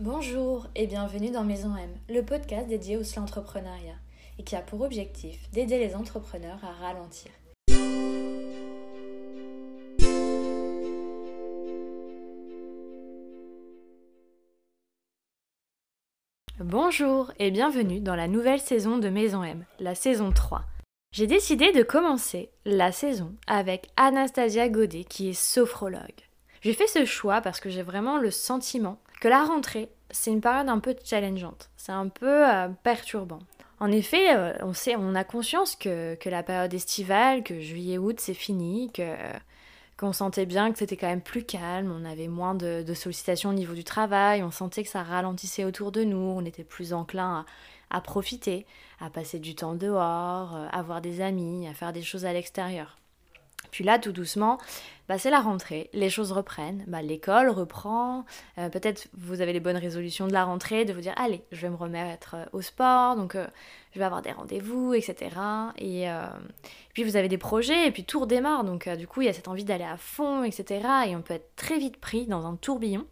Bonjour et bienvenue dans Maison M, le podcast dédié au entrepreneuriat et qui a pour objectif d'aider les entrepreneurs à ralentir. Bonjour et bienvenue dans la nouvelle saison de Maison M, la saison 3. J'ai décidé de commencer la saison avec Anastasia Godet qui est sophrologue. J'ai fait ce choix parce que j'ai vraiment le sentiment que la rentrée, c'est une période un peu challengeante, c'est un peu perturbant. En effet, on a conscience que la période estivale, que juillet-août c'est fini, qu'on sentait bien que c'était quand même plus calme, on avait moins de sollicitations au niveau du travail, on sentait que ça ralentissait autour de nous, on était plus enclin à profiter, à passer du temps dehors, à voir des amis, à faire des choses à l'extérieur. Puis là, tout doucement, c'est la rentrée, les choses reprennent, l'école reprend, peut-être vous avez les bonnes résolutions de la rentrée, de vous dire allez, je vais me remettre au sport, donc je vais avoir des rendez-vous, etc. Et puis vous avez des projets, et puis tout redémarre, donc du coup il y a cette envie d'aller à fond, etc. Et on peut être très vite pris dans un tourbillon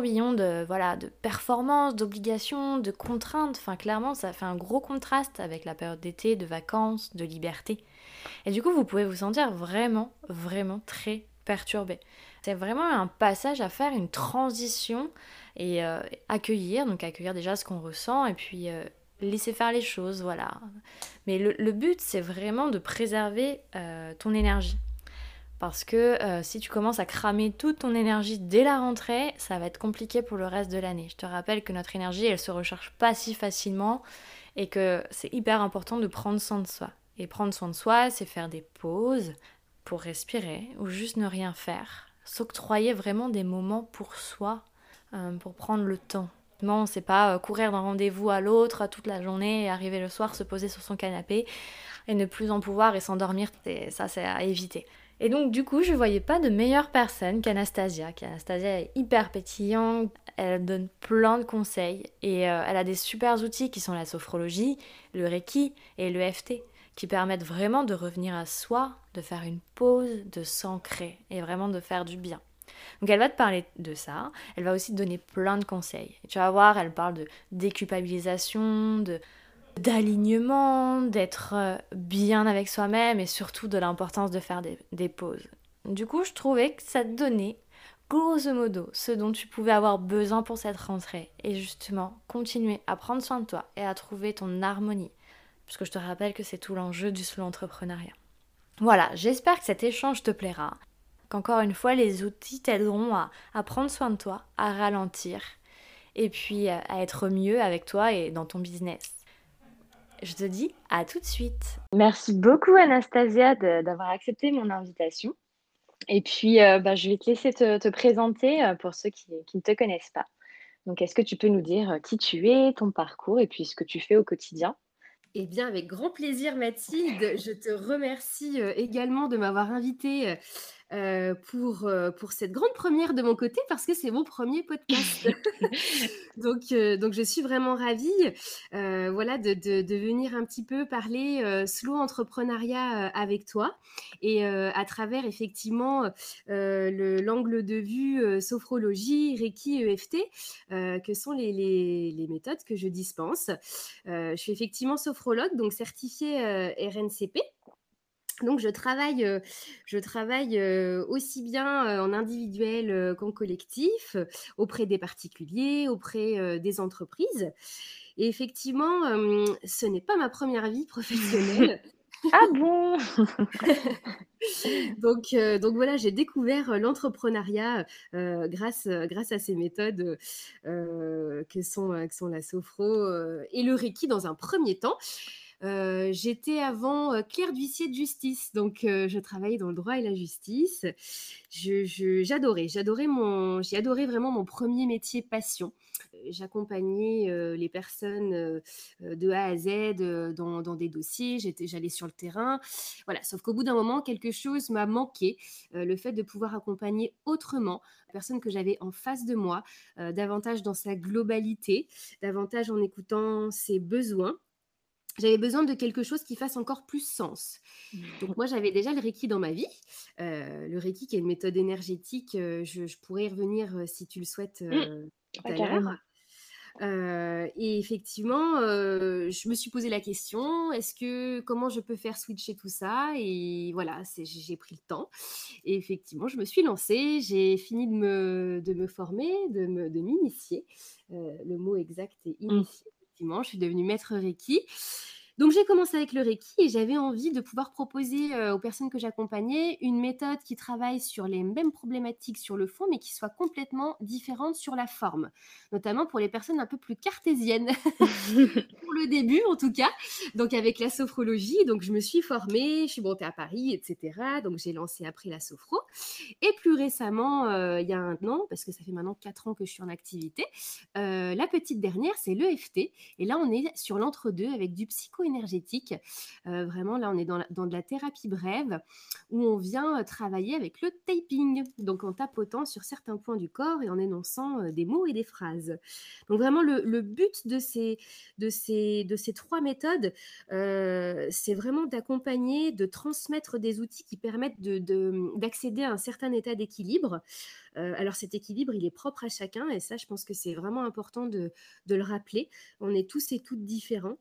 de performance, d'obligations, de contraintes, enfin clairement ça fait un gros contraste avec la période d'été, de vacances, de liberté. Et du coup, vous pouvez vous sentir vraiment, vraiment très perturbé. C'est vraiment un passage à faire, une transition et accueillir déjà ce qu'on ressent et puis laisser faire les choses, voilà. Mais le but, c'est vraiment de préserver ton énergie. Parce que si tu commences à cramer toute ton énergie dès la rentrée, ça va être compliqué pour le reste de l'année. Je te rappelle que notre énergie, elle se recharge pas si facilement et que c'est hyper important de prendre soin de soi. Et prendre soin de soi, c'est faire des pauses pour respirer ou juste ne rien faire. S'octroyer vraiment des moments pour soi, pour prendre le temps. Non, c'est pas courir d'un rendez-vous à l'autre toute la journée et arriver le soir, se poser sur son canapé et ne plus en pouvoir et s'endormir. Ça, c'est à éviter. Et donc, du coup, je voyais pas de meilleure personne qu'Anastasia. Anastasia est hyper pétillante, elle donne plein de conseils et elle a des super outils qui sont la sophrologie, le Reiki et le FT qui permettent vraiment de revenir à soi, de faire une pause, de s'ancrer et vraiment de faire du bien. Donc elle va te parler de ça, elle va aussi te donner plein de conseils. Et tu vas voir, elle parle de déculpabilisation, d'alignement, d'être bien avec soi-même et surtout de l'importance de faire des pauses. Du coup, je trouvais que ça te donnait grosso modo ce dont tu pouvais avoir besoin pour cette rentrée et justement continuer à prendre soin de toi et à trouver ton harmonie. Parce que je te rappelle que c'est tout l'enjeu du slow entrepreneuriat. Voilà, j'espère que cet échange te plaira, qu'encore une fois les outils t'aideront à prendre soin de toi, à ralentir et puis à être mieux avec toi et dans ton business. Je te dis à tout de suite. Merci beaucoup Anastasia d'avoir accepté mon invitation. Et puis je vais te laisser te présenter pour ceux qui ne te connaissent pas. Donc est-ce que tu peux nous dire qui tu es, ton parcours et puis ce que tu fais au quotidien? Eh bien, avec grand plaisir, Mathilde. Je te remercie également de m'avoir invitée pour cette grande première de mon côté parce que c'est mon premier podcast. Donc je suis vraiment ravie voilà, de venir un petit peu parler slow entrepreneuriat avec toi et à travers effectivement l'angle de vue sophrologie, Reiki, EFT, que sont les méthodes que je dispense. Je suis effectivement sophrologue, donc certifiée RNCP. Donc je travaille aussi bien en individuel qu'en collectif, auprès des particuliers, auprès des entreprises. Et effectivement, ce n'est pas ma première vie professionnelle. Ah bon? Donc voilà, j'ai découvert l'entrepreneuriat grâce à ces méthodes que sont la sophro et le Reiki dans un premier temps. J'étais avant clerc d'huissier de justice, donc je travaillais dans le droit et la justice. J'ai adoré vraiment mon premier métier passion. J'accompagnais les personnes de A à Z dans des dossiers, j'allais sur le terrain. Voilà, sauf qu'au bout d'un moment, quelque chose m'a manqué, le fait de pouvoir accompagner autrement la personne que j'avais en face de moi, davantage dans sa globalité, davantage en écoutant ses besoins. J'avais besoin de quelque chose qui fasse encore plus sens. Donc moi, j'avais déjà le Reiki dans ma vie. Le Reiki qui est une méthode énergétique, je pourrais y revenir si tu le souhaites Mmh. tout Ouais, à l'heure. carrément. Et effectivement, je me suis posé la question: «Comment je peux faire switcher tout ça?» Et voilà, j'ai pris le temps et effectivement, je me suis lancée. J'ai fini de me former, de m'initier. Le mot exact est Mmh. initier, effectivement. Je suis devenue maître Reiki. Donc j'ai commencé avec le Reiki et j'avais envie de pouvoir proposer, aux personnes que j'accompagnais, une méthode qui travaille sur les mêmes problématiques sur le fond, mais qui soit complètement différente sur la forme. Notamment pour les personnes un peu plus cartésiennes. Pour le début, en tout cas. Donc, avec la sophrologie, donc je me suis formée, je suis montée à Paris, etc. Donc, j'ai lancé après la sophro. Et plus récemment, il y a 1 an, parce que ça fait maintenant 4 ans que je suis en activité, la petite dernière, c'est l'EFT. Et là, on est sur l'entre-deux avec du psycho-énergétique. Vraiment, là, on est dans de la thérapie brève où on vient travailler avec le taping. Donc, en tapotant sur certains points du corps et en énonçant des mots et des phrases. Donc, vraiment, le but de ces 3 méthodes, c'est vraiment d'accompagner, de transmettre des outils qui permettent d'accéder à un certain état d'équilibre. Alors cet équilibre, il est propre à chacun et ça, je pense que c'est vraiment important de le rappeler. On est tous et toutes différents.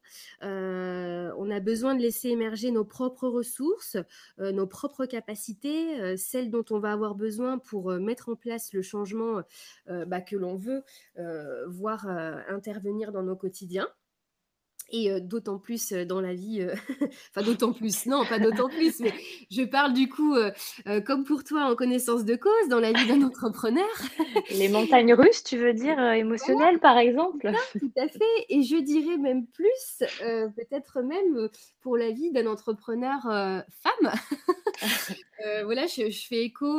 On a besoin de laisser émerger nos propres ressources, nos propres capacités, celles dont on va avoir besoin pour, mettre en place le changement, que l'on veut, voir, intervenir dans nos quotidiens. Et d'autant plus, dans la vie, enfin d'autant plus, non, pas d'autant plus, mais je parle du coup, comme pour toi en connaissance de cause, dans la vie d'un entrepreneur. Les montagnes russes, tu veux dire, émotionnelles, par exemple? Tout à fait et je dirais même plus, peut-être même, pour la vie d'un entrepreneur, femme. Voilà, je fais écho,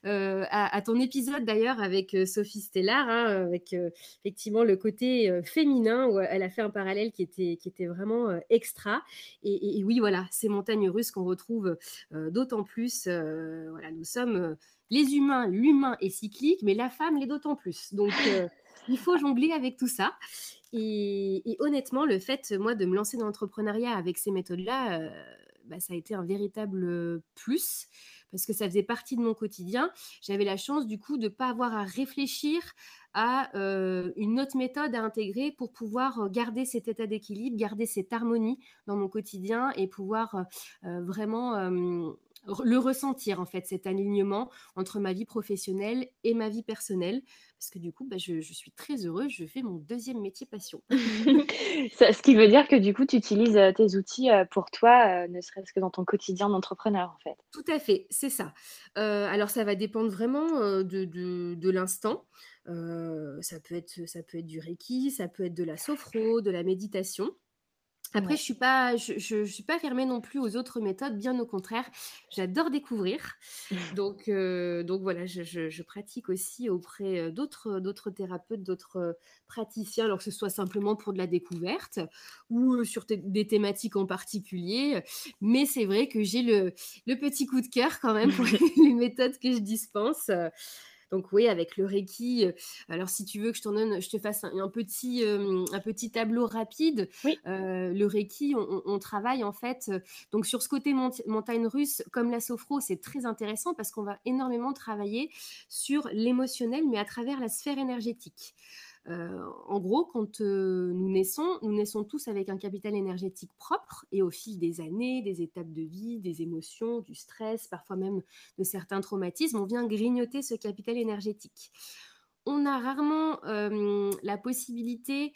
à ton épisode d'ailleurs avec, Sophie Stellar, hein, avec, effectivement le côté, féminin où elle a fait un parallèle qui était vraiment, extra et oui, voilà, ces montagnes russes qu'on retrouve, d'autant plus, voilà, nous sommes, les humains, l'humain est cyclique, mais la femme l'est d'autant plus. Donc, il faut jongler avec tout ça et honnêtement, le fait, moi, de me lancer dans l'entrepreneuriat avec ces méthodes-là, ça a été un véritable, plus parce que ça faisait partie de mon quotidien. J'avais la chance du coup de ne pas avoir à réfléchir à, une autre méthode à intégrer pour pouvoir, garder cet état d'équilibre, garder cette harmonie dans mon quotidien et pouvoir, vraiment, le ressentir en fait, cet alignement entre ma vie professionnelle et ma vie personnelle. Parce que du coup, je suis très heureuse, je fais mon deuxième métier passion. Ça ce qui veut dire que du coup, tu utilises, tes outils, pour toi, ne serait-ce que dans ton quotidien d'entrepreneur, en fait? Tout à fait, c'est ça. Alors ça va dépendre vraiment, de l'instant. Ça peut être du reiki, ça peut être de la sophro, de la méditation. Après, Ouais. je suis pas fermée non plus aux autres méthodes, bien au contraire. J'adore découvrir. Donc voilà, je pratique aussi auprès, d'autres thérapeutes, d'autres, praticiens, alors que ce soit simplement pour de la découverte ou, sur des thématiques en particulier. Mais c'est vrai que j'ai le petit coup de cœur quand même pour les méthodes que je dispense. Donc oui, avec le Reiki, alors si tu veux que je te fasse un petit tableau rapide, Oui. le Reiki, on travaille en fait, donc sur ce côté montagne russe, comme la sophro, c'est très intéressant parce qu'on va énormément travailler sur l'émotionnel, mais à travers la sphère énergétique. En gros, quand, nous naissons tous avec un capital énergétique propre et au fil des années, des étapes de vie, des émotions, du stress, parfois même de certains traumatismes, on vient grignoter ce capital énergétique. On a rarement, la possibilité,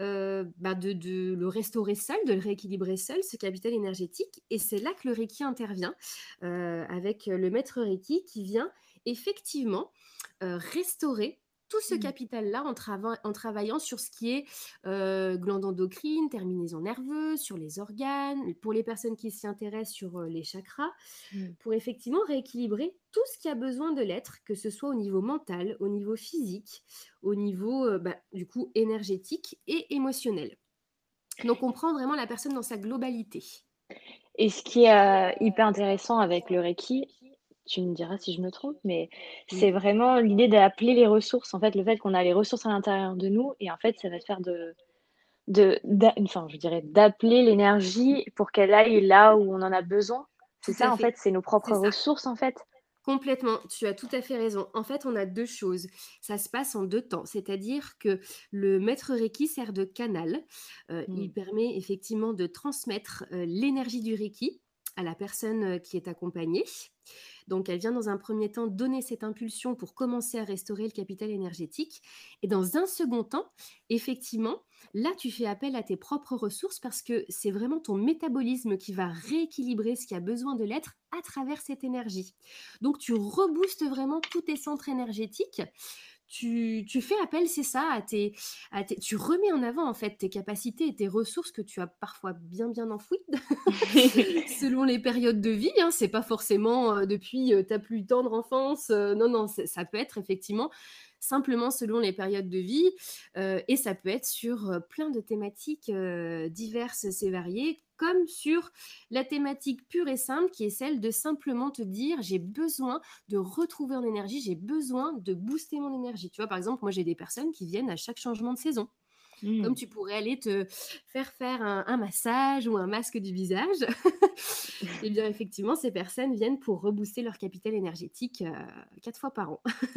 de le restaurer seul, de le rééquilibrer seul, ce capital énergétique et c'est là que le Reiki intervient, avec le maître Reiki qui vient effectivement, restaurer tout ce Mmh. capital-là en travaillant sur ce qui est, glandes endocrines, terminaisons nerveuses, sur les organes, pour les personnes qui s'y intéressent sur, les chakras, Mmh. pour effectivement rééquilibrer tout ce qui a besoin de l'être, que ce soit au niveau mental, au niveau physique, au niveau, du coup énergétique et émotionnel. Donc on prend vraiment la personne dans sa globalité. Et ce qui est, hyper intéressant avec le Reiki, tu me diras si je me trompe, mais c'est Oui, vraiment l'idée d'appeler les ressources. En fait, le fait qu'on a les ressources à l'intérieur de nous et en fait, ça va te faire enfin, je dirais, d'appeler l'énergie pour qu'elle aille là où on en a besoin. C'est tout à ça, en fait. fait, c'est nos C'est propres ça. ressources, en fait? Complètement, tu as tout à fait raison. En fait, on a 2 choses. Ça se passe en 2 temps, c'est-à-dire que le maître Reiki sert de canal. Il Mmh. permet effectivement de transmettre, l'énergie du Reiki à la personne, qui est accompagnée. Donc elle vient dans un premier temps donner cette impulsion pour commencer à restaurer le capital énergétique et dans un second temps, effectivement, là, tu fais appel à tes propres ressources parce que c'est vraiment ton métabolisme qui va rééquilibrer ce qui a besoin de l'être à travers cette énergie. Donc tu reboostes vraiment tous tes centres énergétiques. Tu fais appel, c'est ça, tu remets en avant en fait tes capacités et tes ressources que tu as parfois bien enfouies selon les périodes de vie, hein. C'est pas forcément depuis ta plus tendre enfance. Non, non, ça peut être effectivement simplement selon les périodes de vie et ça peut être sur plein de thématiques diverses et variées, comme sur la thématique pure et simple qui est celle de simplement te dire j'ai besoin de retrouver en énergie, j'ai besoin de booster mon énergie. Tu vois, par exemple, moi j'ai des personnes qui viennent à chaque changement de saison. Comme Mmh. tu pourrais aller te faire un massage ou un masque du visage, et bien effectivement, ces personnes viennent pour rebooster leur capital énergétique 4 fois par an.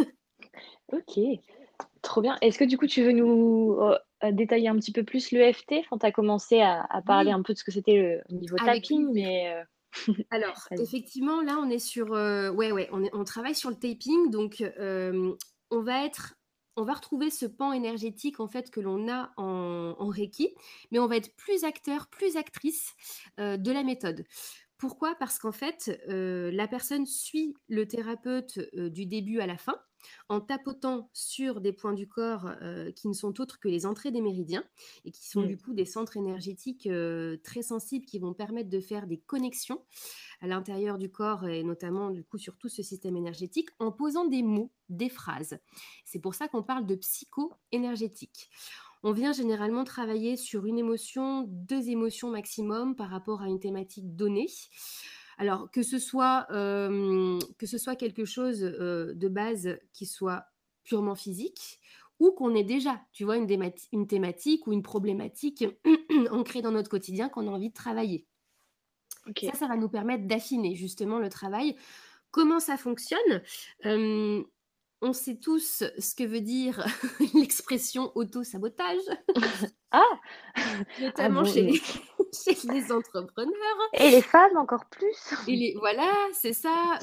OK, trop bien. Est-ce que du coup tu veux nous, détailler un petit peu plus l'EFT? Enfin, tu as commencé à parler Oui, un peu de ce que c'était le au niveau avec tapping, plaisir. mais Alors, vas-y. effectivement, là, on est sur, ouais, on travaille sur le taping, donc on va être on va retrouver ce pan énergétique, en fait, que l'on a en Reiki, mais on va être plus acteur, plus actrice, de la méthode. Pourquoi? Parce qu'en fait, la personne suit le thérapeute, du début à la fin, en tapotant sur des points du corps, qui ne sont autres que les entrées des méridiens et qui sont Mmh. du coup des centres énergétiques, très sensibles qui vont permettre de faire des connexions à l'intérieur du corps et notamment du coup sur tout ce système énergétique en posant des mots, des phrases. C'est pour ça qu'on parle de psycho-énergétique. On vient généralement travailler sur une émotion, 2 émotions maximum par rapport à une thématique donnée. Alors que ce soit quelque chose, de base qui soit purement physique ou qu'on ait déjà, tu vois, une thématique ou une problématique ancrée dans notre quotidien qu'on a envie de travailler. OK. Ça va nous permettre d'affiner justement le travail. Comment ça fonctionne? Hem, on sait tous ce que veut dire l'expression auto-sabotage, Ah! Ah notamment bon, chez les chez les entrepreneurs. et les femmes encore plus? Et les voilà, c'est ça,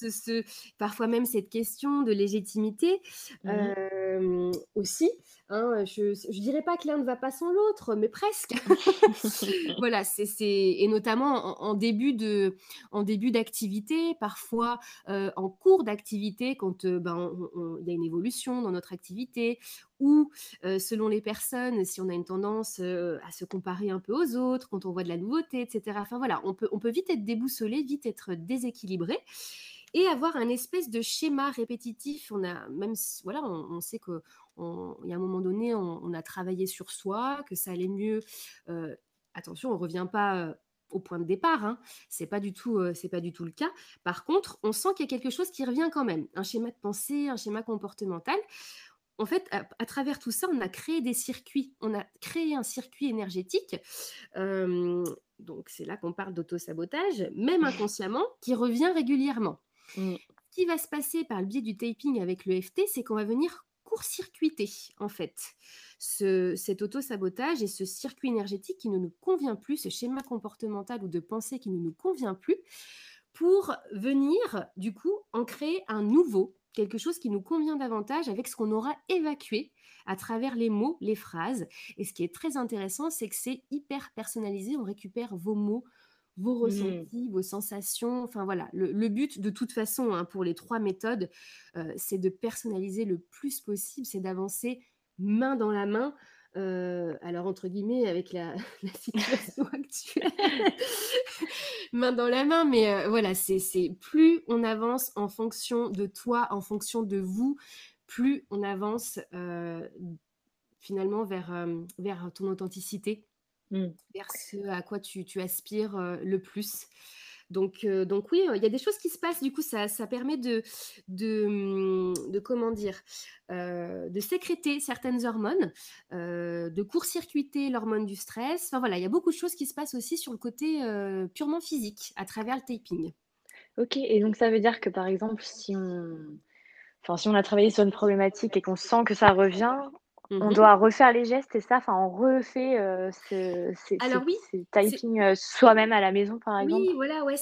parfois même cette question de légitimité, Mmh. aussi, hein, je dirais pas que l'un ne va pas sans l'autre, mais presque. Voilà, c'est et notamment en début d'activité, parfois, en cours d'activité quand, ben, il y a une évolution dans notre activité ou, selon les personnes, si on a une tendance, à se comparer un peu aux autres, quand on voit de la nouveauté et cetera. Enfin voilà, on peut vite être déboussolé, vite être déséquilibré et avoir un espèce de schéma répétitif. On a même s voilà, on sait qu'il y a un moment donné, on a travaillé sur soi, que ça allait mieux, heu attention, on ne revient pas, au point de départ, hein. C'est pas du tout le cas. Par contre, on sent qu'il y a quelque chose qui revient quand même, un schéma de pensée, un schéma comportemental. En fait, à travers tout ça, on a créé des circuits. On a créé un circuit énergétique, hem, donc c'est là qu'on parle d'auto-sabotage, même inconsciemment, qui revient régulièrement. Mmh. Ce qui va se passer par le biais du taping avec l'EFT, c'est qu'on va venir court-circuiter, en fait, cet auto-sabotage et ce circuit énergétique qui ne nous convient plus, ce schéma comportemental ou de pensée qui ne nous convient plus, pour venir, du coup, en créer un nouveau, quelque chose qui nous convient davantage avec ce qu'on aura évacué à travers les mots, les phrases. Et ce qui est très intéressant, c'est que c'est hyper personnalisé. On récupère vos mots, vos Mmh. ressentis, vos sensations. Enfin voilà, le but de toute façon, hein, pour les 3 méthodes, c'est de personnaliser le plus possible, c'est d'avancer main dans la main, alors entre guillemets avec la la situation actuelle, main dans la main, mais voilà, c'est plus on avance en fonction de toi, en fonction de vous, plus on avance, finalement vers ton authenticité, Mmh. vers ce à quoi tu aspires, le plus. Donc oui, il y a des choses qui se passent, du coup, ça permet de comment dire? De sécréter certaines hormones, de court-circuiter l'hormone du stress. Enfin voilà, il y a beaucoup de choses qui se passent aussi sur le côté, purement physique à travers le taping. OK et donc ça veut dire que, par exemple, si on a travaillé sur une problématique et qu'on sent que ça revient, on Mmh. doit refaire les gestes, c'est ça? Enfin, on refait, Alors oui, ces c'est typing, soi-même à la maison, par oui, exemple? voilà, ouais,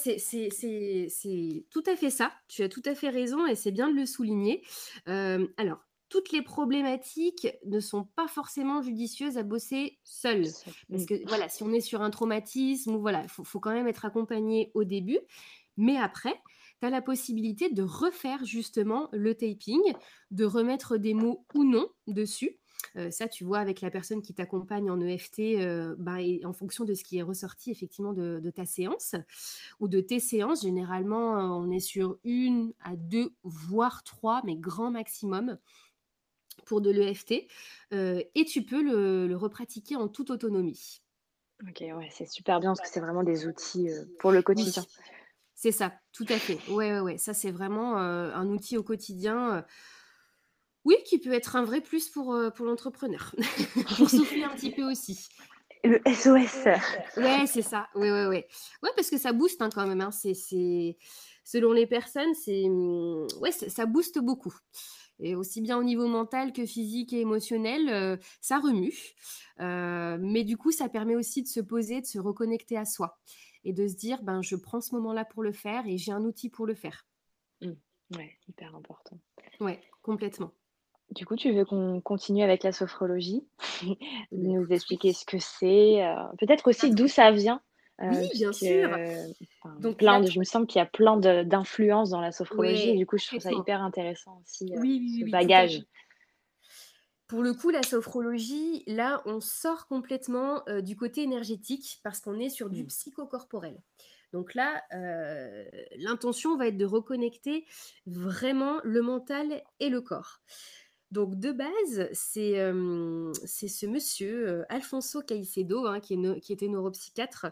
c'est tout à fait ça. Tu as tout à fait raison et c'est bien de le souligner. Alors, toutes les problématiques ne sont pas forcément judicieuses à bosser seules. Seul. Parce Mmh. que voilà, si on est sur un traumatisme ou voilà, il faut quand même être accompagné au début. Mais après, tu as la possibilité de refaire justement le taping, de remettre des mots ou non dessus. Ça, tu vois avec la personne qui t'accompagne en EFT, bah et en fonction de ce qui est ressorti effectivement de ta séance ou de tes séances. Généralement, on est sur une à 2 voire 3 mais grand maximum pour de l'EFT, et tu peux le repratiquer en toute autonomie. OK, ouais, c'est super bien parce que c'est vraiment des outils, pour le Oui, quotidien. c'est ça, tout à fait. Ouais, ouais, ouais, ça c'est vraiment, un outil au quotidien, oui, qui peut être un vrai plus pour l'entrepreneur. Pour souffler un petit peu aussi. Le SOS. Ouais, c'est ça. Ouais, ouais, ouais. Ouais, parce que ça booste, hein, quand même, hein. C'est selon les personnes, ouais, ça booste beaucoup et aussi bien au niveau mental que physique et émotionnel, ça remue, mais du coup, ça permet aussi de se poser, de se reconnecter à soi et de se dire: «Ben, je prends ce moment-là pour le faire et j'ai un outil pour le faire». Mmh. Ouais, hyper important. Ouais, complètement. Du coup, tu veux qu'on continue avec la sophrologie? Eh beh, Nous écoute, oui. expliquer ce que c'est, peut-être Ah aussi d'où trop ça vient? oui, bien Puisque, sûr. enfin, Donc plein là, de je me semble qu'il y a plein de d'influences dans la sophrologie et ouais, du coup, je trouve ça complètement. hyper intéressant aussi, Oui, oui, oui, ce oui, tout à bagage. fait. Pour le coup, la sophrologie, là, on sort complètement, du côté énergétique parce qu'on est sur du Mmh. psychocorporel. Donc là, l'intention va être de reconnecter vraiment le mental et le corps. Donc de base, c'est ce monsieur, Alfonso Caicedo, hein, qui était neuropsychiatre,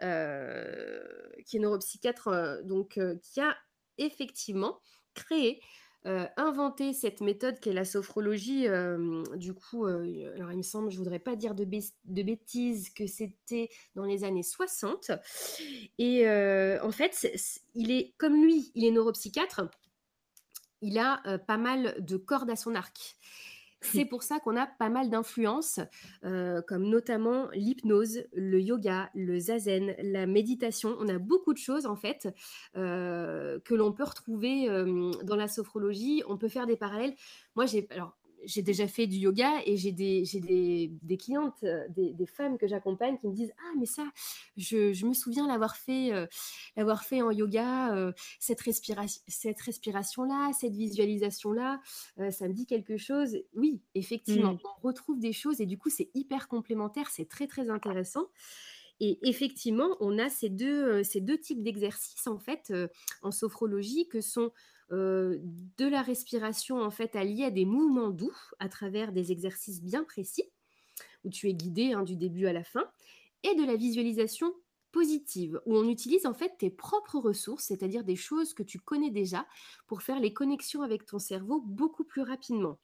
qui a effectivement créé, inventé cette méthode qu'est la sophrologie, du coup, alors il me semble, je voudrais pas dire de bêtises, que c'était dans les années 60 et en fait, il est comme lui, il est neuropsychiatre, il a, pas mal de cordes à son arc. C'est pour ça qu'on a pas mal d'influences, comme notamment l'hypnose, le yoga, le zazen, la méditation. On a beaucoup de choses en fait, que l'on peut retrouver, dans la sophrologie. On peut faire des parallèles. Moi, j'ai déjà fait du yoga et j'ai des clientes, des femmes que j'accompagne qui me disent: «Ah mais ça, je me souviens l'avoir fait en yoga, cette respiration-là, cette visualisation-là, ça me dit quelque chose». Oui, Mmh. effectivement, on retrouve des choses et du coup, c'est hyper complémentaire, c'est très, très intéressant et effectivement, on a ces deux types d'exercices, en fait, en sophrologie que sont, de la respiration, en fait, alliée à des mouvements doux à travers des exercices bien précis où tu es guidé, hein, du début à la fin et de la visualisation positive, où on utilise en fait tes propres ressources, c'est-à-dire des choses que tu connais déjà, pour faire les connexions avec ton cerveau beaucoup plus rapidement.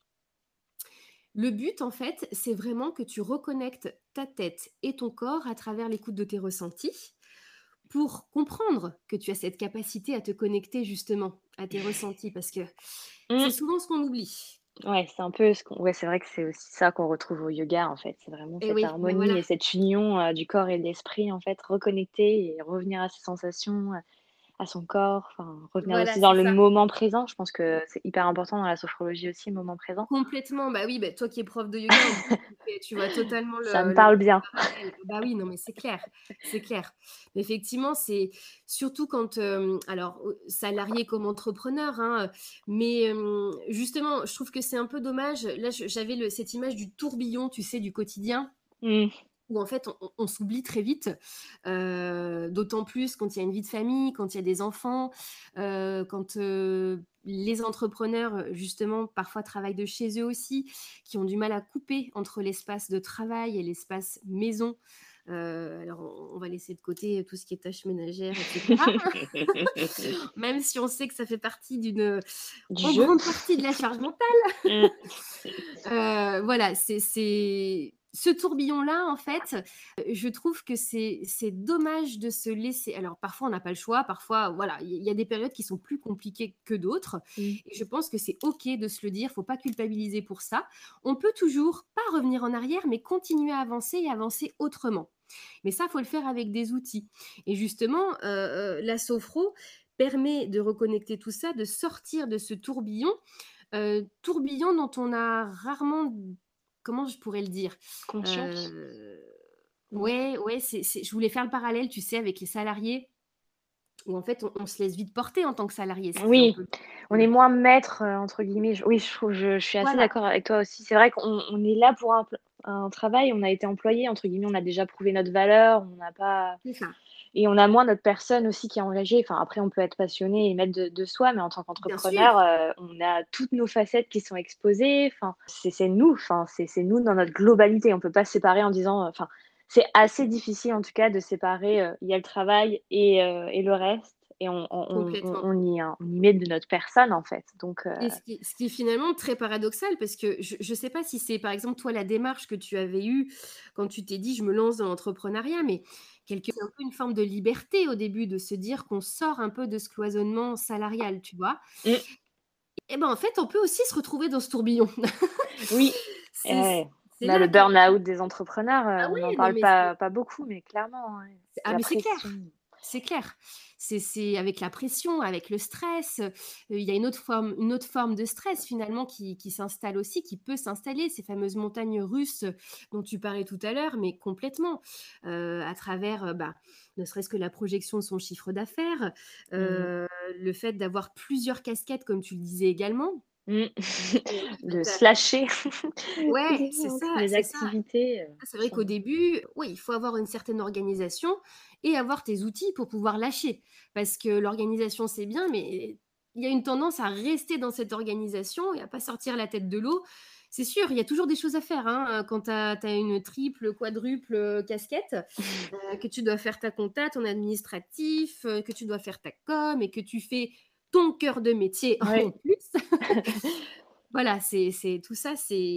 Le but, en fait, c'est vraiment que tu reconnectes ta tête et ton corps à travers l'écoute de tes ressentis pour comprendre que tu as cette capacité à te connecter justement à tes ressentis, parce que c'est Mmh. souvent ce qu'on oublie. Ouais, c'est un peu ce qu'on ouais, c'est vrai que c'est aussi ça qu'on retrouve au yoga, en fait. C'est vraiment Et cette oui, ben voilà, harmonie et cette union, du corps et de l'esprit, en fait, reconnecter et revenir à ses sensations, à son corps, enfin, revenir voilà, aussi dans c'est le ça. moment présent. Je pense que c'est hyper important dans la sophrologie aussi, le moment présent. Complètement, bah oui, bah, toi qui es prof de yoga, en plus, tu vois totalement Ça me le parle bien. parallèle. Bah oui, non, mais c'est clair, c'est clair. Mais effectivement, c'est surtout quand, alors, salarié comme entrepreneur, hein, mais justement, je trouve que c'est un peu dommage. Là, j'avais cette image du tourbillon, tu sais, du quotidien Mmh. où en fait on s'oublie très vite, d'autant plus quand il y a une vie de famille, quand il y a des enfants, quand, les entrepreneurs, justement, parfois travaillent de chez eux aussi, qui ont du mal à couper entre l'espace de travail et l'espace maison. Alors on va laisser de côté tout ce qui est tâches ménagères et cetera. Même si on sait que ça fait partie Du en jeu. grande partie de la charge mentale. Mmh. Voilà, c'est ce tourbillon-là, en fait, je trouve que c'est dommage de se laisser alors parfois on n'a pas le choix, parfois voilà, il y a des périodes qui sont plus compliquées que d'autres Mmh. et je pense que c'est OK de se le dire, faut pas culpabiliser pour ça. On peut toujours pas revenir en arrière, mais continuer à avancer et avancer autrement. Mais ça, faut le faire avec des outils et justement, la sophro permet de reconnecter tout ça, de sortir de ce tourbillon dont on a rarement comment je pourrais le dire? Conscience? Heu, Non? ouais, ouais, c'est je voulais faire le parallèle, tu sais, avec les salariés où en fait on se laisse vite porter en tant que salarié, ce qui est un Oui, peu on est le moins «maître», entre guillemets. Je oui, je trouve je suis assez voilà, d'accord avec toi aussi. C'est vrai qu'on est là pour un travail, on a été employé, entre guillemets, on a déjà prouvé notre valeur, on n'a pas c'est ça, et on a moins notre personne aussi qui est engagée. Enfin, après, on peut être passionné et maître de soi, mais en tant bien sûr, qu'entrepreneur, on a toutes nos facettes qui sont exposées. Enfin, c'est nous, enfin, c'est nous dans notre globalité. On peut pas se séparer en disant, enfin, c'est assez difficile en tout cas de séparer, il y a le travail et le reste et complètement. on y met de notre personne en fait. Donc Et ce qui est finalement très paradoxal parce que je ne sais pas si c'est, par exemple, toi, la démarche que tu avais eue quand tu t'es dit: «Je me lance dans l'entrepreneuriat», mais c'est un peu une forme de liberté au début de se dire qu'on sort un peu de ce cloisonnement salarial, tu vois? mmh, Et ben, en fait, on peut aussi se retrouver dans ce tourbillon. oui, et C'est ouais. c'est Bah, le là que burn-out des entrepreneurs, ah on n'en ouais, non parle mais pas beaucoup, mais clairement, ouais. ah La mais c'est pression. clair, c'est clair. C'est avec la pression, avec le stress, il y a une autre forme de stress finalement qui s'installe aussi, qui peut s'installer, ces fameuses montagnes russes dont tu parlais tout à l'heure, mais complètement, à travers, bah, ne serait-ce que la projection de son chiffre d'affaires, Mmh. le fait d'avoir plusieurs casquettes comme tu le disais également. Mmh. Et oui, De se lâcher ouais, c'est ça, entre les c'est ça. activités, C'est vrai qu'au sans début, oui, il faut avoir une certaine organisation et avoir tes outils pour pouvoir lâcher. Parce que l'organisation, c'est bien, mais il y a une tendance à rester dans cette organisation et à pas sortir la tête de l'eau. C'est sûr, il y a toujours des choses à faire, hein, quand tu as une triple, quadruple, casquette, que tu dois faire ta compta, ton administratif, que tu dois faire ta com et que tu fais ton cœur de métier en ouais. plus. Voilà, c'est tout ça,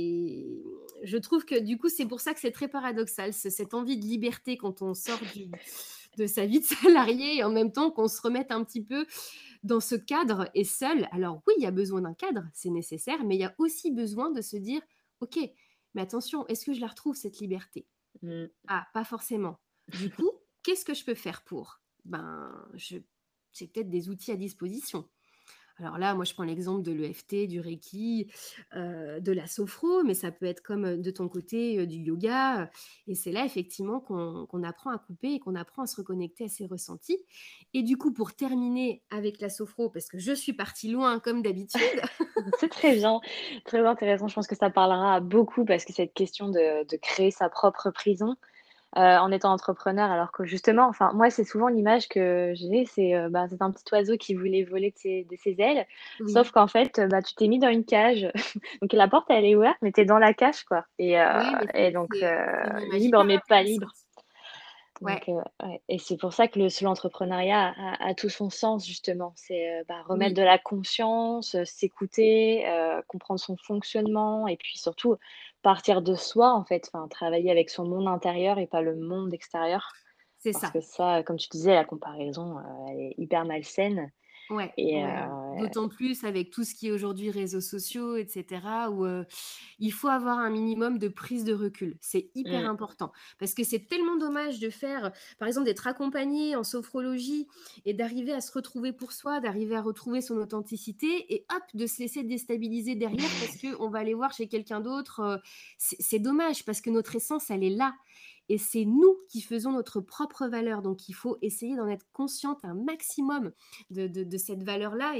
je trouve que du coup, c'est pour ça que c'est très paradoxal, cette envie de liberté quand on sort de sa vie de salarié et en même temps qu'on se remette un petit peu dans ce cadre et seul. Alors oui, il y a besoin d'un cadre, c'est nécessaire, mais il y a aussi besoin de se dire: «OK, mais attention, est-ce que je la retrouve cette liberté? Mmh. Ah, pas forcément. Du coup, qu'est-ce que je peux faire pour?» Ben, j'ai peut-être des outils à disposition. Alors là, moi, je prends l'exemple de l'EFT, du Reiki, de la sophro, mais ça peut être comme, de ton côté, du yoga, et c'est là effectivement qu'on apprend à couper et qu'on apprend à se reconnecter à ses ressentis et du coup, pour terminer avec la sophro, parce que je suis partie loin comme d'habitude. C'est très intéressant. Je pense que ça parlera à beaucoup parce que cette question de créer sa propre prison, en étant entrepreneur alors que justement, enfin, moi, c'est souvent l'image que j'ai, c'est, bah, c'est un petit oiseau qui voulait voler de ses ailes, sauf Oui, qu'en fait, bah, tu t'es mis dans une cage. Donc la porte, elle est ouverte, mais tu es dans la cage, quoi ouais, mais et donc c'est une image libre hyper mais pas libre. intéressante. Ouais, Donc ouais et c'est pour ça que l'entrepreneuriat a tout son sens justement. C'est, bah, remettre oui, de la conscience, s'écouter, comprendre son fonctionnement et puis surtout partir de soi en fait, enfin travailler avec son monde intérieur et pas le monde extérieur. c'est Parce ça. que ça, comme tu disais, la comparaison, elle est hyper malsaine Ouais, et ouais, ouais. D'autant plus avec tout ce qui est aujourd'hui réseaux sociaux et cetera où, il faut avoir un minimum de prise de recul. C'est hyper mmh, important parce que c'est tellement dommage de faire, par exemple, d'être accompagné en sophrologie et d'arriver à se retrouver pour soi, d'arriver à retrouver son authenticité et hop, de se laisser déstabiliser derrière parce qu'on va aller voir chez quelqu'un d'autre, c'est dommage parce que notre essence, elle est là et c'est nous qui faisons notre propre valeur. Donc il faut essayer d'en être consciente un maximum de cette valeur-là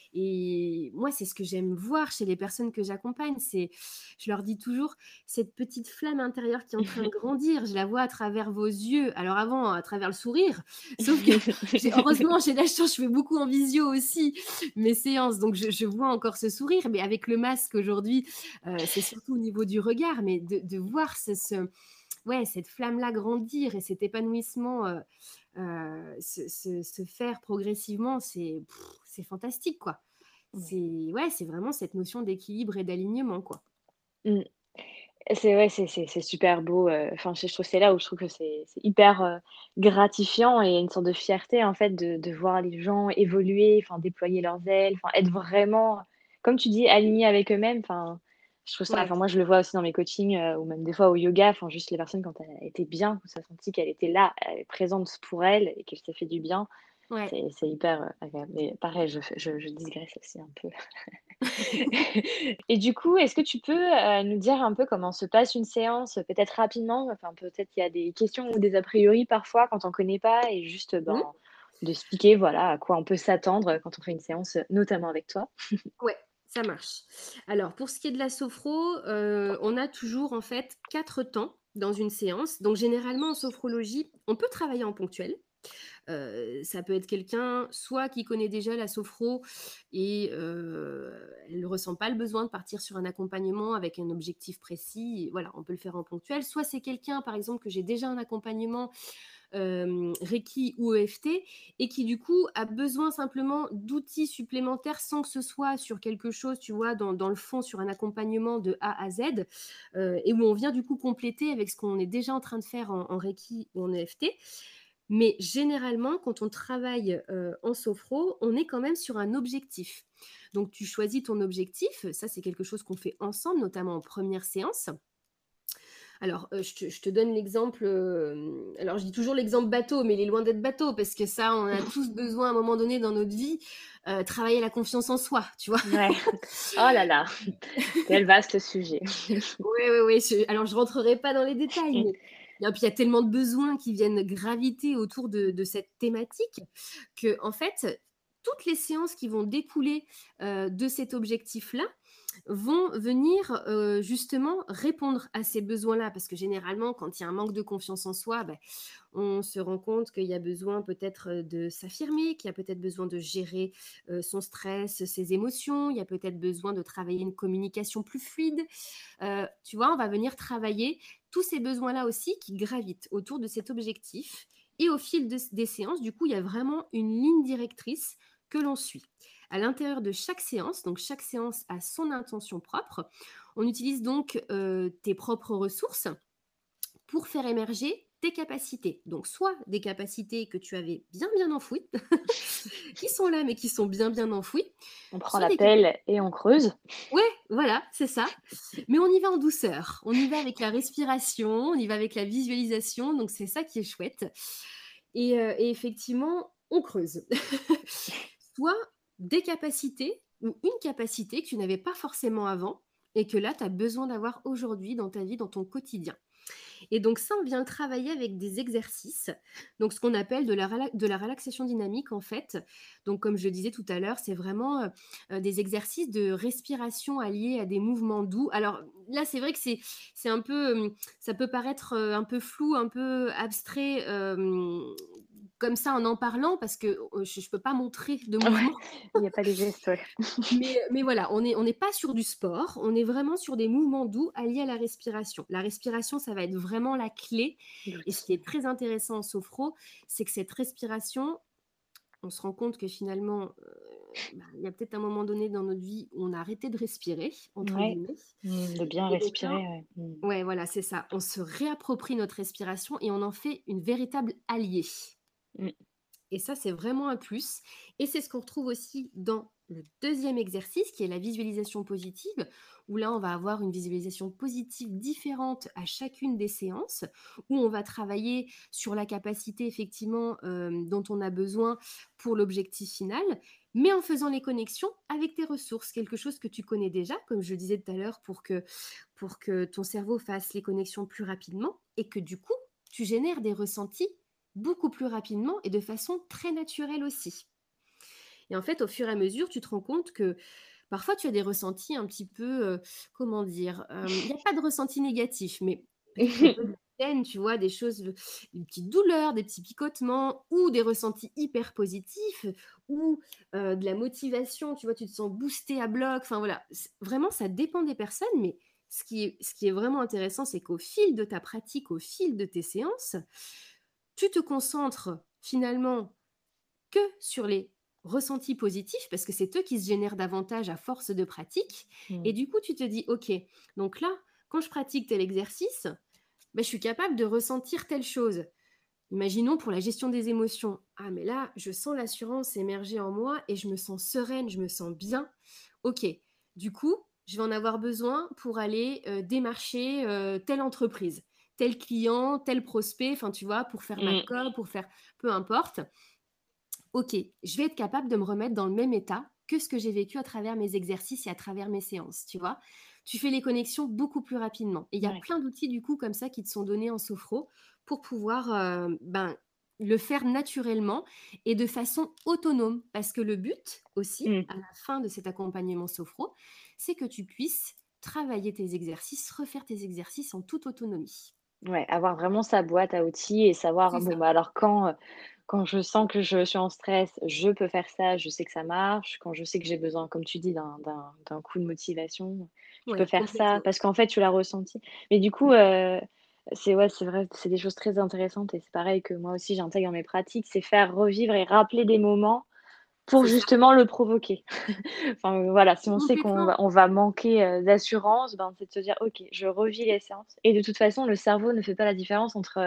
et moi, c'est ce que j'aime voir chez les personnes que j'accompagne. Je leur dis toujours, cette petite flamme intérieure qui est en train de grandir, je la vois à travers vos yeux. Alors avant, à travers le sourire, sauf que heureusement, j'ai la chance, je fais beaucoup en visio aussi mes séances, donc je vois encore ce sourire, mais avec le masque aujourd'hui, c'est surtout au niveau du regard, mais de voir ouais, cette flamme-là grandir et cet épanouissement se faire progressivement, c'est fantastique, quoi. ouais, Ouais, c'est vraiment cette notion d'équilibre et d'alignement, quoi. mmh. C'est ouais, c'est super beau, enfin, je trouve c'est là où je trouve que c'est hyper, gratifiant et une sorte de fierté, en fait, de voir les gens évoluer, enfin, déployer leurs ailes, enfin, être vraiment, comme tu dis, alignés avec eux-mêmes. Enfin, je trouve ça, Ouais, enfin, moi, je le vois aussi dans mes coachings, ou même des fois au yoga, enfin, juste les personnes quand elles étaient bien, que ça sentit qu'elle était là, elle est présente pour elles et qu'elle s'est fait du bien, ouais. c'est hyper, agréable. Mais pareil, je digresse aussi un peu. Et du coup, est-ce que tu peux, nous dire un peu comment se passe une séance, peut-être rapidement? Enfin, peut-être il y a des questions ou des a priori parfois quand on connaît pas et juste, Mmh. ben, d'expliquer, voilà, à quoi on peut s'attendre, quand on fait une séance, notamment avec toi. Ouais, ça marche. Alors pour ce qui est de la sophro, on a toujours en fait 4 temps dans une séance. Donc généralement en sophrologie, on peut travailler en ponctuel. Ça peut être quelqu'un soit qui connaît déjà la sophro et elle ne ressent pas le besoin de partir sur un accompagnement avec un objectif précis, voilà, on peut le faire en ponctuel. Soit c'est quelqu'un, par exemple, que j'ai déjà un accompagnement, Reiki ou EFT et qui du coup a besoin simplement d'outils supplémentaires sans que ce soit sur quelque chose, tu vois, dans le fond, sur un accompagnement de A à Z, et où on vient du coup compléter avec ce qu'on est déjà en train de faire en Reiki ou en EFT. Mais généralement, quand on travaille, en sophro, on est quand même sur un objectif. Donc tu choisis ton objectif, ça c'est quelque chose qu'on fait ensemble, notamment en première séance. Alors, je te donne l'exemple, alors je dis toujours l'exemple bateau, mais il est loin d'être bateau parce que ça, on a tous besoin à un moment donné dans notre vie, travailler la confiance en soi, tu vois? Ouais. Oh là là, quel vaste sujet. Oui, oui, oui, alors je rentrerai pas dans les détails, mais puis il y a tellement de besoins qui viennent graviter autour de cette thématique que en fait, toutes les séances qui vont découler, de cet objectif-là, vont venir, justement répondre à ces besoins-là. Parce que généralement, quand il y a un manque de confiance en soi, on se rend compte qu'il y a besoin peut-être, de s'affirmer, qu'il y a peut-être besoin de gérer, son stress, ses émotions, il y a peut-être besoin de travailler une communication plus fluide. Tu vois, on va venir travailler tous ces besoins-là aussi qui gravitent autour de cet objectif et au fil des séances, du coup, il y a vraiment une ligne directrice que l'on suit. À l'intérieur de chaque séance, donc chaque séance a son intention propre. On utilise donc tes propres ressources pour faire émerger tes capacités. Donc, soit des capacités que tu avais bien, bien enfouies, qui sont là, mais qui sont bien, bien enfouies, On prend soit la des capacités. pelle et on creuse. Ouais, voilà, c'est ça. Mais on y va en douceur. On y va avec la respiration, on y va avec la visualisation, donc c'est ça qui est chouette. Et effectivement, on creuse. Soit des capacités ou une capacité que tu n'avais pas forcément avant et que là, tu as besoin d'avoir aujourd'hui dans ta vie, dans ton quotidien. Et donc ça, on vient le travailler avec des exercices, donc ce qu'on appelle de la relaxation dynamique en fait. Donc comme je disais tout à l'heure, c'est vraiment, des exercices de respiration alliés à des mouvements doux. Alors là, c'est vrai que c'est un peu, ça peut paraître, un peu flou, un peu abstrait, comme ça en parlant parce que, je peux pas montrer de Ouais, mouvement. il y a pas les gestes, ouais. Mais voilà, on n'est pas sur du sport, on est vraiment sur des mouvements doux alliés à la respiration. La respiration, ça va être vraiment la clé et ce qui L'outil. est très intéressant en sophro, c'est que cette respiration, on se rend compte que finalement, il y a peut-être un moment donné dans notre vie où on a «arrêté de respirer» entre Ouais. guillemets De bien et donc là, respirer, ouais. ouais, voilà, c'est ça. On se réapproprie notre respiration et on en fait une véritable alliée. Mmh. Et ça, c'est vraiment un plus. Et c'est ce qu'on retrouve aussi dans le deuxième exercice, qui est la visualisation positive, où là, on va avoir une visualisation positive différente à chacune des séances, où on va travailler sur la capacité, effectivement, dont on a besoin pour l'objectif final, mais en faisant les connexions avec tes ressources, quelque chose que tu connais déjà, comme je le disais tout à l'heure, pour que ton cerveau fasse les connexions plus rapidement et que du coup, tu génères des ressentis beaucoup plus rapidement et de façon très naturelle aussi. Et en fait, au fur et à mesure, tu te rends compte que parfois tu as des ressentis un petit peu, comment dire? Il n'y a pas de ressenti négatif, mais peut-être un peu de peine, tu vois? Des choses, des petites douleurs, des petits picotements ou des ressentis hyper positifs ou, de la motivation, tu vois? Tu te sens boosté à bloc, enfin voilà. Vraiment, ça dépend des personnes, mais ce qui est vraiment intéressant, c'est qu'au fil de ta pratique, au fil de tes séances, tu te concentres finalement que sur les ressentis positifs parce que c'est eux qui se génèrent davantage à force de pratique et Mmh. du coup tu te dis: «OK, donc là, quand je pratique tel exercice, je suis capable de ressentir telle chose. Imaginons pour la gestion des émotions. Ah, mais là, je sens l'assurance émerger en moi et je me sens sereine, je me sens bien. Ok, du coup, je vais en avoir besoin pour aller démarcher telle entreprise, tel client, tel prospect, enfin, tu vois, pour faire ma Mm. com, pour faire peu importe. Ok, je vais être capable de me remettre dans le même état que ce que j'ai vécu à travers mes exercices et à travers mes séances, tu vois. Tu fais les connexions beaucoup plus rapidement. Et il y a Ouais. plein d'outils du coup comme ça qui te sont donnés en sophro pour pouvoir le faire naturellement et de façon autonome. Parce que le but aussi, Mm. à la fin de cet accompagnement sophro, c'est que tu puisses travailler tes exercices, refaire tes exercices en toute autonomie. Ouais, avoir vraiment sa boîte à outils et savoir, C'est bon, ça. bah, alors quand je sens que je suis en stress, je peux faire ça, je sais que ça marche. Quand je sais que j'ai besoin, comme tu dis, d'un coup de motivation, je peux Ouais, faire ça complètement. parce qu'en fait, tu l'as ressenti. Mais du coup, c'est ouais, c'est vrai, c'est des choses très intéressantes et c'est pareil que moi aussi j'intègre dans mes pratiques, c'est faire revivre et rappeler des moments pour C'est ça. justement le provoquer. Enfin, voilà, si on sait qu'on Complètement. va manquer, d'assurance, ben, c'est de se dire: «OK, je revis les séances» et de toute façon, le cerveau ne fait pas la différence entre,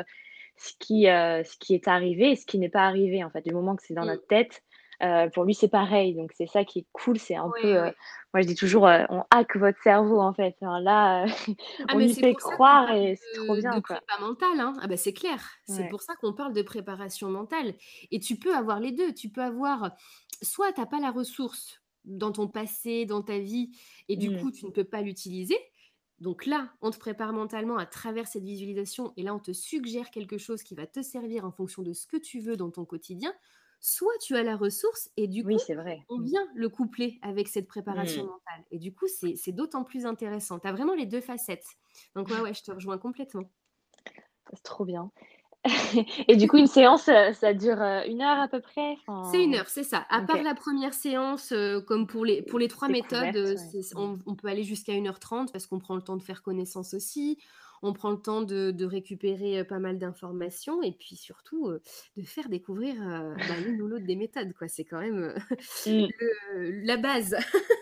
ce qui est arrivé et ce qui n'est pas arrivé, en fait. Du moment que c'est dans Mm. notre tête, pour lui, c'est pareil. Donc c'est ça qui est cool, c'est un peu, Ouais, ouais. moi je dis toujours, «On hack votre cerveau», en fait. Enfin là, Ah, on mais lui c'est fait pour ça qu'on croire parle et c'est trop de bien, quoi. prépa mentale, hein. Ah bah, c'est clair. C'est Ouais. pour ça qu'on parle de préparation mentale et tu peux avoir les 2. Tu peux avoir soit tu as pas la ressource dans ton passé, dans ta vie et du Mmh. coup, tu ne peux pas l'utiliser. Donc là, on te prépare mentalement à travers cette visualisation et là, on te suggère quelque chose qui va te servir en fonction de ce que tu veux dans ton quotidien. Soit tu as la ressource et du Oui, coup, c'est vrai. on Mmh. vient le coupler avec cette préparation Mmh. mentale et du coup, c'est d'autant plus intéressant. Tu as vraiment les 2 facettes. Donc ouais, ouais, je te rejoins complètement. C'est trop bien. Et du coup, une séance, ça dure, 1 heure à peu près? C'est 1 Enfin, heure, c'est ça. À OK. part la première séance, comme pour les 3 méthodes, Découverte, ouais. c'est Mmh. on peut aller jusqu'à 1h30 parce qu'on prend le temps de faire connaissance aussi. On prend le temps de récupérer, pas mal d'informations et puis surtout, de faire découvrir, l'une ou l'autre des méthodes, quoi. C'est quand même, Mmh. la base.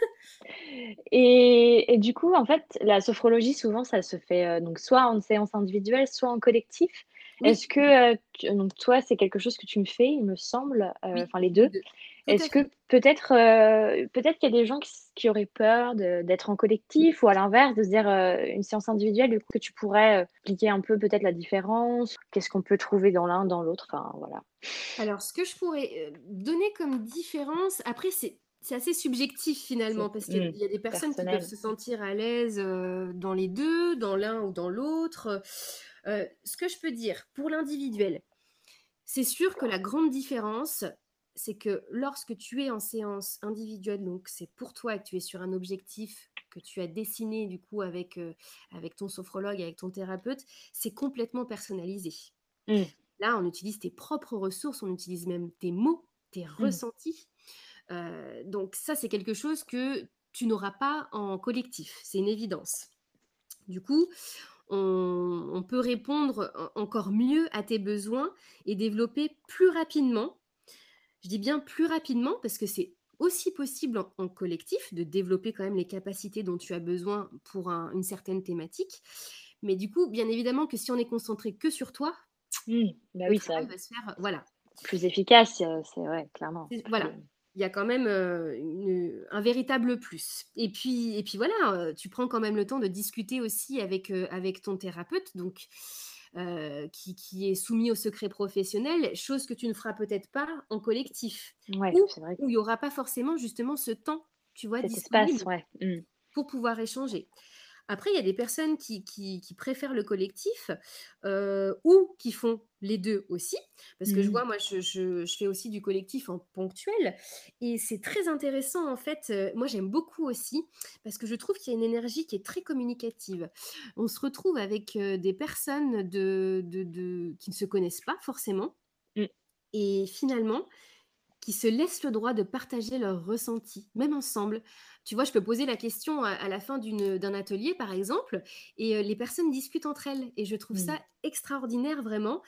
Et du coup, en fait, la sophrologie, souvent, ça se fait, donc soit en séance individuelle, soit en collectif. Oui, Est-ce que, tu donc toi, c'est quelque chose que tu me fais, il me semble, oui, enfin les les 2. 2. Tout à Est-ce que fait. peut-être qu'il y a des gens qui auraient peur d'être en collectif ou à l'inverse, de se dire, une séance individuelle, du coup, que tu pourrais, expliquer un peu peut-être la différence? Qu'est-ce qu'on peut trouver dans l'un, dans l'autre? Enfin, voilà. Alors, ce que je pourrais, donner comme différence, après c'est assez subjectif finalement, parce qu'il y a des personnes qui peuvent Personnel. se sentir à l'aise, dans les 2, dans l'un ou dans l'autre. Ce que je peux dire pour l'individuel, c'est sûr que la grande différence, c'est que lorsque tu es en séance individuelle, donc c'est pour toi et que tu es sur un objectif que tu as dessiné du coup avec ton sophrologue, avec ton thérapeute, c'est complètement personnalisé. Mmh. Là, on utilise tes propres ressources, on utilise même tes mots, tes Mmh. ressentis. Donc ça, c'est quelque chose que tu n'auras pas en collectif, c'est une évidence. Du coup, on peut répondre encore mieux à tes besoins et développer plus rapidement. Je dis bien plus rapidement parce que c'est aussi possible en collectif de développer quand même les capacités dont tu as besoin pour une certaine thématique. Mais du coup, bien évidemment que si on est concentré que sur toi, Mmh. Bah le oui, ça travail va se faire, voilà. plus efficace, c'est ouais, clairement, Voilà, plus il y a quand même, un véritable plus et puis voilà, tu prends quand même le temps de discuter aussi avec ton thérapeute donc qui est soumis au secret professionnel, chose que tu ne feras peut-être pas en collectif ouais, ou c'est vrai que où il y aura pas forcément justement ce temps, tu vois, cet espace, disponible ouais. Mmh. pour pouvoir échanger. Après, il y a des personnes qui préfèrent le collectif, ou qui font les 2 aussi. Parce que je Mmh. vois, moi, je fais aussi du collectif en ponctuel et c'est très intéressant, en fait, moi, j'aime beaucoup aussi parce que je trouve qu'il y a une énergie qui est très communicative. On se retrouve avec, des personnes qui ne se connaissent pas forcément Mmh. et finalement, qui se laissent le droit de partager leurs ressentis, même ensemble. Tu vois, je peux poser la question à la fin d'un atelier, par exemple, et les personnes discutent entre elles. Et je trouve Mmh. ça extraordinaire, vraiment,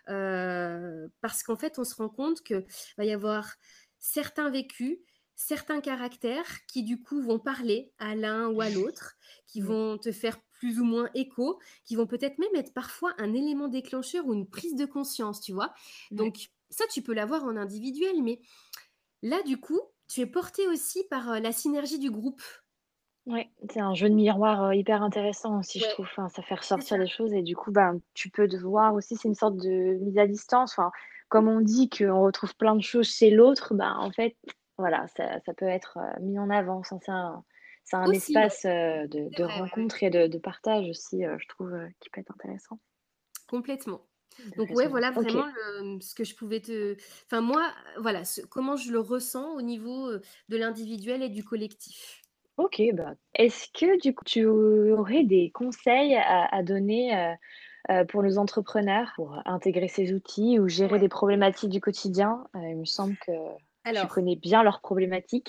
parce qu'en fait, on se rend compte qu'il va y avoir certains vécus, certains caractères qui, du coup, vont parler à l'un ou à l'autre, qui Mmh. vont te faire plus ou moins écho, qui vont peut-être même être parfois un élément déclencheur ou une prise de conscience, tu vois? Ouais. Donc ça, tu peux l'avoir en individuel, mais là, du coup, tu es porté aussi par, la synergie du groupe. Ouais, c'est un jeu de miroir, hyper intéressant aussi, je Ouais, trouve. Enfin, ça fait c'est ressortir ça. des choses et du coup, ben, tu peux te voir aussi, c'est une sorte de mise à distance. Enfin, comme on dit qu'on retrouve plein de choses chez l'autre, ben, en fait, voilà, ça peut être, mis en avant. Enfin, c'est un Aussi, ouais, espace, c'est de vrai, ouais, ouais, rencontre et de partage aussi, je trouve, qui peut être intéressant, complètement. de Donc ouais, résonance. voilà OK. vraiment ce que je pouvais te enfin moi, voilà, comment je le ressens au niveau, de l'individuel et du collectif. OK, bah, est-ce que du coup, tu aurais des conseils à donner, pour nos entrepreneurs, pour intégrer ces outils ou gérer Ouais. des problématiques du quotidien? Il me semble que tu Alors connais bien leurs problématiques.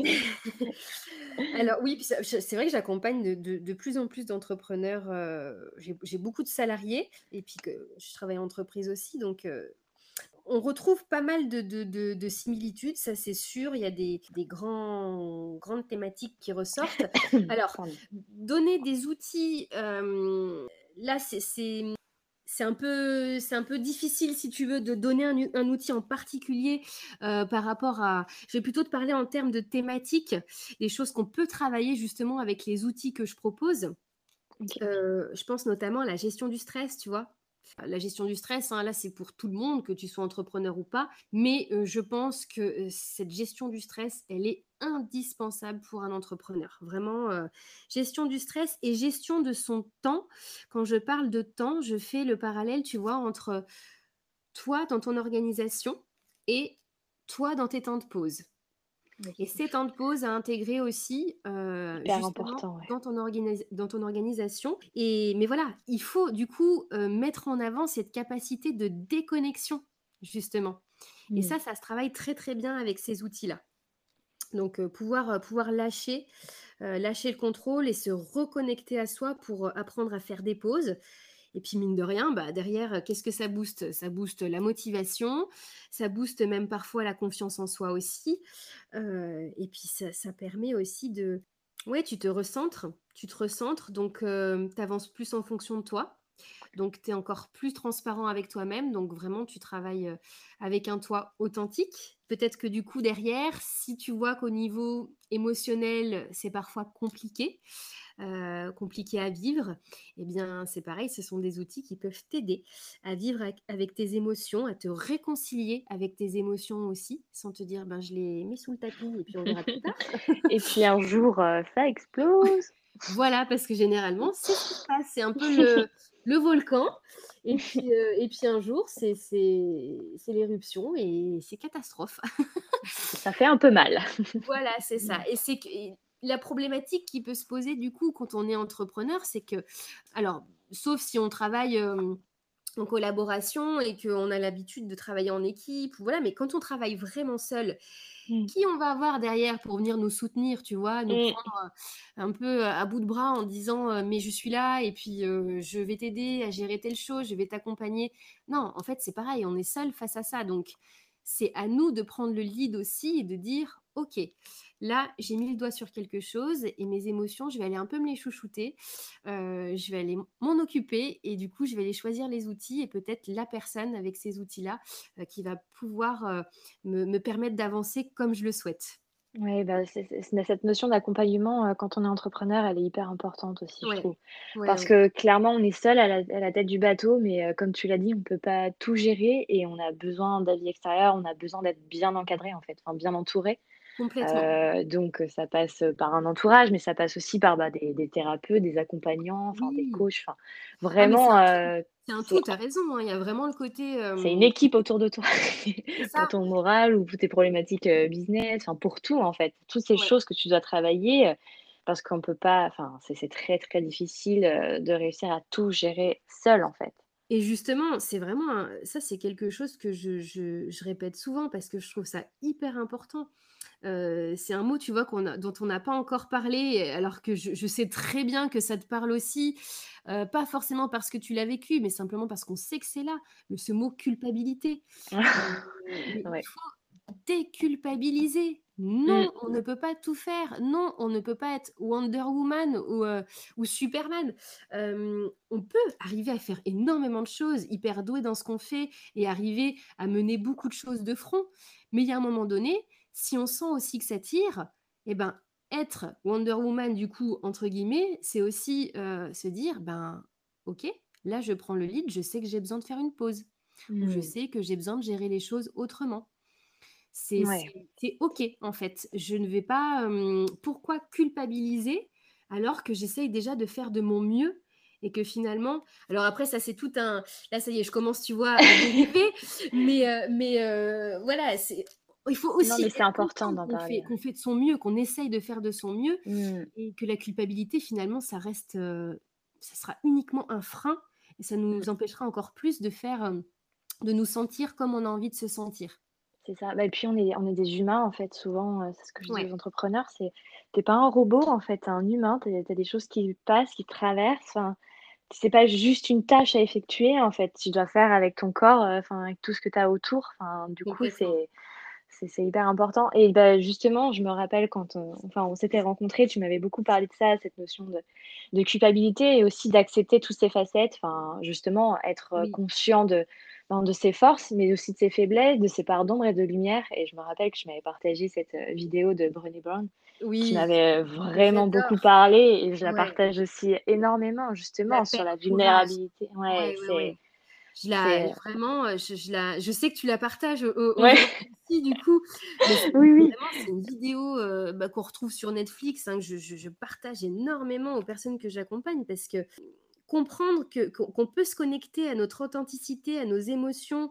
alors oui, puis c'est vrai que j'accompagne de plus en plus d'entrepreneurs, j'ai beaucoup de salariés et puis que je travaille en entreprise aussi donc on retrouve pas mal de similitudes, ça c'est sûr. Il y a des grandes thématiques qui ressortent. Alors, Pardon. donner des outils, là c'est un peu difficile si tu veux de donner un outil en particulier, par rapport à je vais plutôt te parler en termes de thématiques, des choses qu'on peut travailler justement avec les outils que je propose. OK. Je pense notamment à la gestion du stress, tu vois? La gestion du stress, hein, là, c'est pour tout le monde, que tu sois entrepreneur ou pas, mais je pense que, cette gestion du stress, elle est indispensable pour un entrepreneur. Vraiment, gestion du stress et gestion de son temps. Quand je parle de temps, je fais le parallèle, tu vois, entre toi dans ton organisation et toi dans tes temps de pause. Et OK. ces temps de pause à intégrer aussi, Hyper justement important, ouais. dans ton organisation mais voilà, il faut du coup, mettre en avant cette capacité de déconnexion, justement et Mmh. ça se travaille très, très bien avec ces outils-là. Donc pouvoir lâcher le contrôle et se reconnecter à soi pour, apprendre à faire des pauses et puis mine de rien, bah, derrière, qu'est-ce que ça booste? Ça booste la motivation, ça booste même parfois la confiance en soi aussi, et puis ça permet aussi de ouais, tu te recentres donc tu avances plus en fonction de toi. Donc tu es encore plus transparent avec toi-même, donc vraiment tu travailles, avec un toi authentique. Peut-être que du coup derrière, si tu vois qu'au niveau émotionnel, c'est parfois compliqué à vivre, eh bien, c'est pareil, ce sont des outils qui peuvent t'aider à vivre avec tes émotions, à te réconcilier avec tes émotions aussi, sans te dire: «Ben, je les mets sous le tapis et puis on verra plus tard». Et puis un jour, ça explose. Voilà, parce que généralement, c'est ce qui se passe. C'est un peu le volcan et puis un jour, c'est l'éruption et c'est catastrophe. Ça fait un peu mal. Voilà, c'est ça et c'est que et la problématique qui peut se poser du coup quand on est entrepreneur, c'est que alors, sauf si on travaille, en collaboration et qu'on a l'habitude de travailler en équipe ou voilà, mais quand on travaille vraiment seul, Mmh. qui on va avoir derrière pour venir nous soutenir, tu vois? Nous Mmh. prendre, un peu, à bout de bras en disant, «Mais je suis là et puis, je vais t'aider à gérer telle chose, je vais t'accompagner». Non, en fait, c'est pareil, on est seul face à ça, donc c'est à nous de prendre le lead aussi et de dire: «OK, là, j'ai mis le doigt sur quelque chose et mes émotions, je vais aller un peu me les chouchouter, je vais aller m'en occuper et du coup, je vais aller choisir les outils et peut-être la personne avec ces outils-là, qui va pouvoir, me permettre d'avancer comme je le souhaite». Ouais, bah, cette notion d'accompagnement, quand on est entrepreneur, elle est hyper importante aussi, je Ouais. trouve. Ouais, Parce ouais. que clairement, on est seul à la tête du bateau, mais comme tu l'as dit, on peut pas tout gérer et on a besoin d'avis extérieurs, on a besoin d'être bien encadré, en fait, enfin bien entouré. Complètement. Donc ça passe par un entourage, mais ça passe aussi par, bah, des thérapeutes, des accompagnants, enfin des Oui. coachs, enfin Ah mais vraiment, c'est un c'est tout, tu as raison, hein, il y a vraiment le côté, c'est une équipe autour de toi c'est pour ça. ton moral ou pour tes problématiques, business, enfin pour tout en fait. Toutes ces Ouais. choses que tu dois travailler, parce qu'on peut pas enfin c'est très, très difficile, de réussir à tout gérer seul en fait. Et justement, c'est vraiment ça, c'est quelque chose que je répète souvent parce que je trouve ça hyper important. C'est un mot, tu vois, dont on n'a pas encore parlé, alors que je sais très bien que ça te parle aussi, pas forcément parce que tu l'as vécu, mais simplement parce qu'on sait que c'est là, ce mot culpabilité. Heu, mais Ouais. déculpabiliser. Mmh. Non, on ne peut pas tout faire. Non, on ne peut pas être Wonder Woman ou Superman. On peut arriver à faire énormément de choses, hyper doué dans ce qu'on fait et arriver à mener beaucoup de choses de front. Mais il y a un moment donné, si on sent aussi que ça tire, eh ben, être Wonder Woman, du coup, entre guillemets, c'est aussi se dire, ben, ok, là, je prends le lead, je sais que j'ai besoin de faire une pause ou je Mmh. sais que j'ai besoin de gérer les choses autrement. C'est Ouais. c'est c'est OK, en fait. Je ne vais pas, pourquoi culpabiliser alors que j'essaye déjà de faire de mon mieux et que finalement alors après ça c'est tout un là ça y est, je commence, tu vois, à dériver, mais voilà, il faut Non, aussi mais c'est important comprendre d'en qu'on parler, fait ouais. qu'on fait de son mieux, qu'on essaye de faire de son mieux Mmh. et que la culpabilité finalement ça reste, ça sera uniquement un frein et ça Mmh. nous empêchera encore plus de faire, de nous sentir comme on a envie de se sentir. C'est ça. Bah, et puis on est des humains, en fait, souvent, c'est ce que je dis Ouais, aux entrepreneurs, c'est tu pas un robot, en fait, tu un humain, tu des choses qui passent, qui traversent, enfin, c'est pas juste une tâche à effectuer, en fait. Tu dois faire avec ton corps, enfin, avec tout ce que tu as autour, enfin, du coup, complètement. c'est hyper important et bah, justement, je me rappelle quand on s'était rencontrés, tu m'avais beaucoup parlé de ça, cette notion de culpabilité et aussi d'accepter toutes ces facettes, enfin, justement, être, Oui. conscient de ses forces, mais aussi de ses faiblesses, de ses parts d'ombre et de lumière et je me rappelle que je m'avais partagé cette, vidéo de Brené Brown qui Oui, m'avait, que vraiment beaucoup j'adore. parlé et je la Ouais, partage aussi énormément, justement, l'appel sur la au courage. vulnérabilité. Ouais, Ouais, ouais, c'est ouais. Je la c'est, vraiment, je sais que tu la partages ouais, aujourd'hui aussi du coup, mais c'est oui, oui. vraiment c'est une vidéo, bah, qu'on retrouve sur Netflix, hein, que je partage énormément aux personnes que j'accompagne parce que comprendre qu'on peut se connecter à notre authenticité, à nos émotions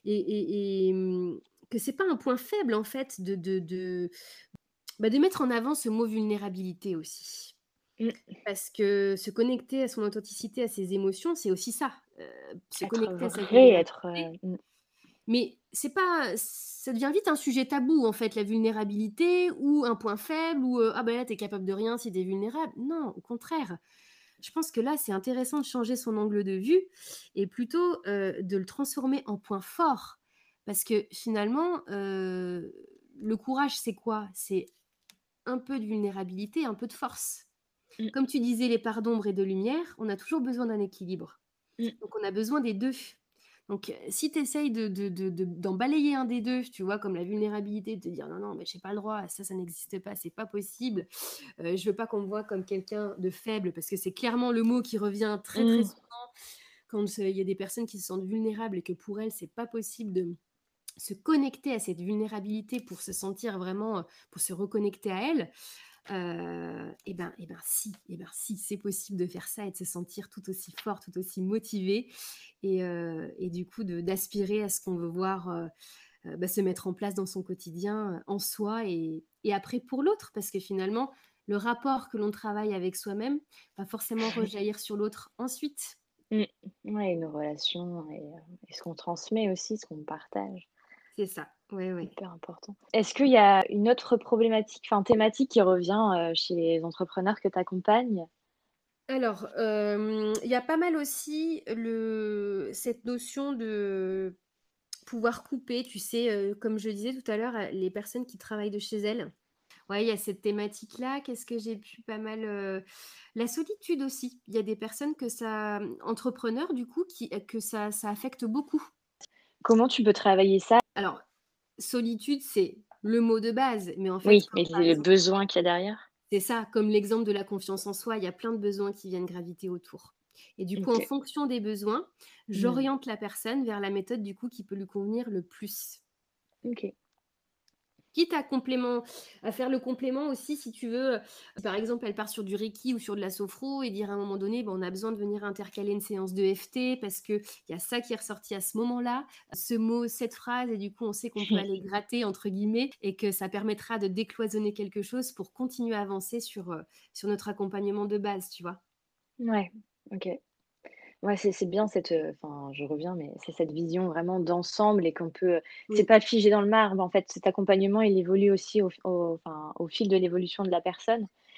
et que c'est pas un point faible en fait de mettre en avant ce mot vulnérabilité aussi. Mmh. Parce que se connecter à son authenticité, à ses émotions, c'est aussi ça, se Être connecter à sa vrai, être, vulnérabilité. Mais c'est pas ça devient vite un sujet tabou, en fait, la vulnérabilité ou un point faible ou, «Ah ben là, tu es capable de rien si tu es vulnérable». Non, au contraire. Je pense que là, c'est intéressant de changer son angle de vue et plutôt, de le transformer en point fort. Parce que finalement, le courage, c'est quoi? C'est un peu de vulnérabilité, un peu de force. mmh, Comme tu disais, les parts d'ombre et de lumière, on a toujours besoin d'un équilibre. mmh. Donc on a besoin des 2. Donc si tu essayes d'en balayer un des 2, tu vois? Comme la vulnérabilité, de te dire: «Non, non, mais j'ai pas le droit, ça n'existe pas, c'est pas possible. Je veux pas qu'on me voit comme quelqu'un de faible», parce que c'est clairement le mot qui revient très, très Mmh. souvent quand, il y a des personnes qui se sentent vulnérables et que pour elles, c'est pas possible de se connecter à cette vulnérabilité pour se sentir vraiment, pour se reconnecter à elle. Et ben si, c'est possible de faire ça et de se sentir tout aussi fort, tout aussi motivé et du coup d'aspirer à ce qu'on veut voir, bah, se mettre en place dans son quotidien, en soi et après pour l'autre. Parce que finalement, le rapport que l'on travaille avec soi-même va forcément rejaillir sur l'autre ensuite. Mmh. Ouais, nos relations et ce qu'on transmet aussi, ce qu'on partage, C'est ça, ouais, ouais. hyper important. Est-ce qu'il y a une autre problématique, enfin thématique qui revient, chez les entrepreneurs que tu accompagnes? Alors, il y a pas mal aussi cette notion de pouvoir couper, tu sais, comme je disais tout à l'heure, les personnes qui travaillent de chez elles. Ouais, il y a cette thématique-là. Qu'est-ce que j'ai pu pas mal, la solitude aussi. Il y a des personnes que ça, entrepreneurs du coup, que ça affecte beaucoup. Comment tu peux travailler ça? Alors, solitude, c'est le mot de base, mais en fait, Oui, enfin, mais par c'est le exemple, besoin qu'il y a derrière? c'est ça, comme l'exemple de la confiance en soi, il y a plein de besoins qui viennent graviter autour et du coup, en OK. fonction des besoins, Mmh. j'oriente la personne vers la méthode du coup qui peut lui convenir le plus. OK. Quitte à faire le complément aussi si tu veux, par exemple, elle part sur du reiki ou sur de la sophro et dire à un moment donné: «Ben, on a besoin de venir intercaler une séance de FT parce qu'il y a ça qui est ressorti à ce moment-là, ce mot, cette phrase» et du coup, on sait qu'on peut aller «gratter» entre guillemets et que ça permettra de décloisonner quelque chose pour continuer à avancer sur notre accompagnement de base, tu vois? Ouais, OK. Ouais, c'est bien cette, enfin, je reviens, mais c'est cette vision vraiment d'ensemble et qu'on peut, c'est Oui, pas figé dans le marbre, en fait. Cet accompagnement, il évolue aussi au f au enfin, au fil de l'évolution de la personne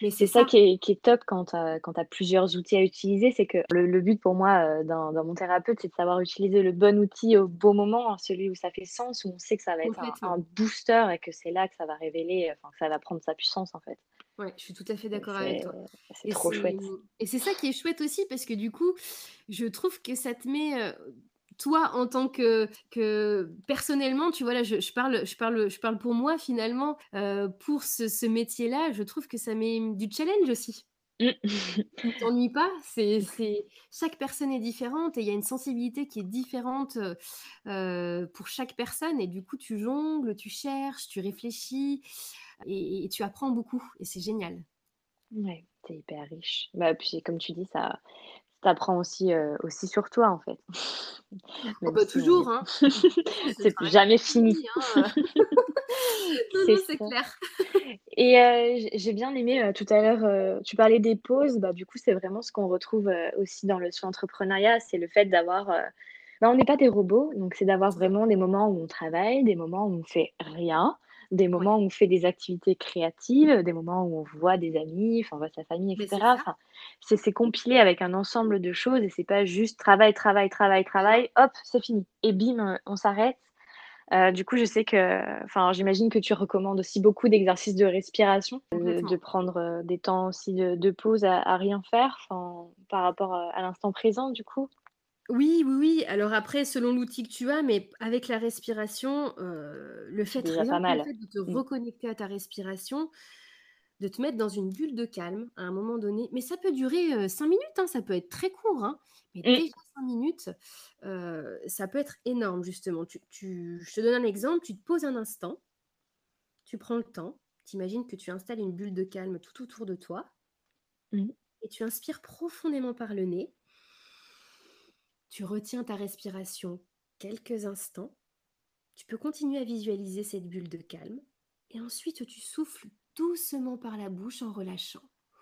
Mais C'est c'est ça ça, qui est top quand tu as plusieurs outils à utiliser, c'est que le but pour moi, dans mon thérapeute, c'est de savoir utiliser le bon outil au bon moment, hein, celui où ça fait sens, où on sait que ça va être un complètement. booster et que c'est là que ça va révéler, enfin, que ça va prendre sa puissance, en fait. Ouais, je suis tout à fait d'accord avec C'est toi c'est et trop c'est, chouette. et c'est ça qui est chouette aussi parce que du coup, je trouve que ça te met, toi en tant que personnellement, tu vois? Là, je parle pour moi finalement, pour ce métier-là, je trouve que ça met du challenge aussi. Mmh. Tu ne t'ennuies pas, c'est chaque personne est différente et il y a une sensibilité qui est différente, pour chaque personne et du coup tu jongles, tu cherches, tu réfléchis et tu apprends beaucoup et c'est génial. Ouais, c'est hyper riche. Bah, puis comme tu dis, ça t'apprend aussi, aussi sur toi, en fait. Oh Même bah si toujours, hein. De toute façon, c'est le c'est travail jamais de toute fini. vie, hein. Non, C'est non, c'est ça. clair. Et j'ai bien aimé, tout à l'heure, tu parlais des pauses, bah, du coup, c'est vraiment ce qu'on retrouve, aussi dans le sous entrepreneuriat, c'est le fait d'avoir, bah, on n'est pas des robots, donc c'est d'avoir Non, vraiment des moments où on travaille, des moments où on fait rien, des ouais, moments où on fait des activités créatives, des moments où on voit des amis, enfin, on voit sa famille et mais c'est cetera. ça. Enfin, c'est compilé avec un ensemble de choses et c'est pas juste travail, travail, travail, Bah non, travail, hop, c'est fini et bim, on s'arrête. Du coup, je sais que enfin, j'imagine que tu recommandes aussi beaucoup d'exercices de respiration, de complètement. prendre, des temps aussi de pause à rien faire, enfin, par rapport, à l'instant présent, du coup? Oui, oui, oui, alors après selon l'outil que tu as, mais avec la respiration, le C'est fait déjà rien pas que le mal. fait de te Mmh. reconnecter à ta respiration, de te mettre dans une bulle de calme à un moment donné, mais ça peut durer, 5 minutes, hein, ça peut être très court, hein, mais Mmh. déjà 5 minutes, ça peut être énorme justement. Je te donne un exemple, tu te poses un instant, tu prends le temps, tu imagines que tu installes une bulle de calme tout autour de toi Mmh. et tu inspires profondément par le nez. Tu retiens ta respiration quelques instants. Tu peux continuer à visualiser cette bulle de calme. Et ensuite, tu souffles doucement par la bouche en relâchant.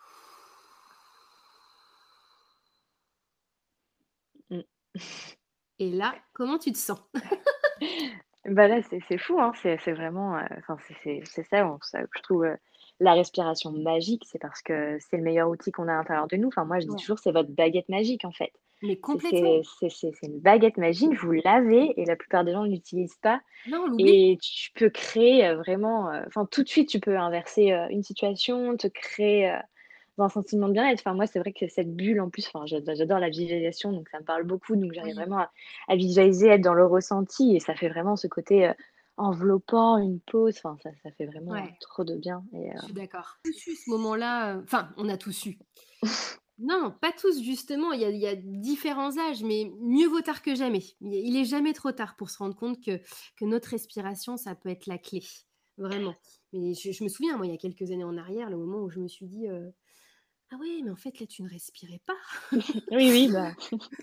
Mmh. Et là, comment tu te sens? Bah, là, c'est fou, hein, c'est vraiment, enfin, c'est ça, ça que je trouve, la respiration magique, c'est parce que c'est le meilleur outil qu'on a à l'intérieur de nous. Enfin, moi, je dis Ouais, toujours: «C'est votre baguette magique», en fait. mais C'est complètement. c'est c'est c'est c'est une baguette magique, vous l'avez et la plupart des gens ne l'utilisent pas. Non, on l'oublie. Et tu peux créer, vraiment, enfin, tout de suite, tu peux inverser, une situation, te créer, un sentiment de bien-être. Enfin, moi, c'est vrai que cette bulle, en plus, enfin, j'adore la visualisation, donc ça me parle beaucoup. Donc j'arrive Oui, vraiment à visualiser, être dans le ressenti et ça fait vraiment ce côté, enveloppant, une pause, enfin, ça fait vraiment, ouais, trop de bien et je suis d'accord. Tous eu ce moment-là, enfin, on a tous eu. Non, pas tous justement, il y a différents âges, mais mieux vaut tard que jamais. Il est jamais trop tard pour se rendre compte que notre respiration, ça peut être la clé, vraiment. Mais je me souviens, moi, il y a quelques années en arrière, le moment où je me suis dit, «Ah ouais, mais en fait, là, tu ne respirais pas». oui, oui, bah,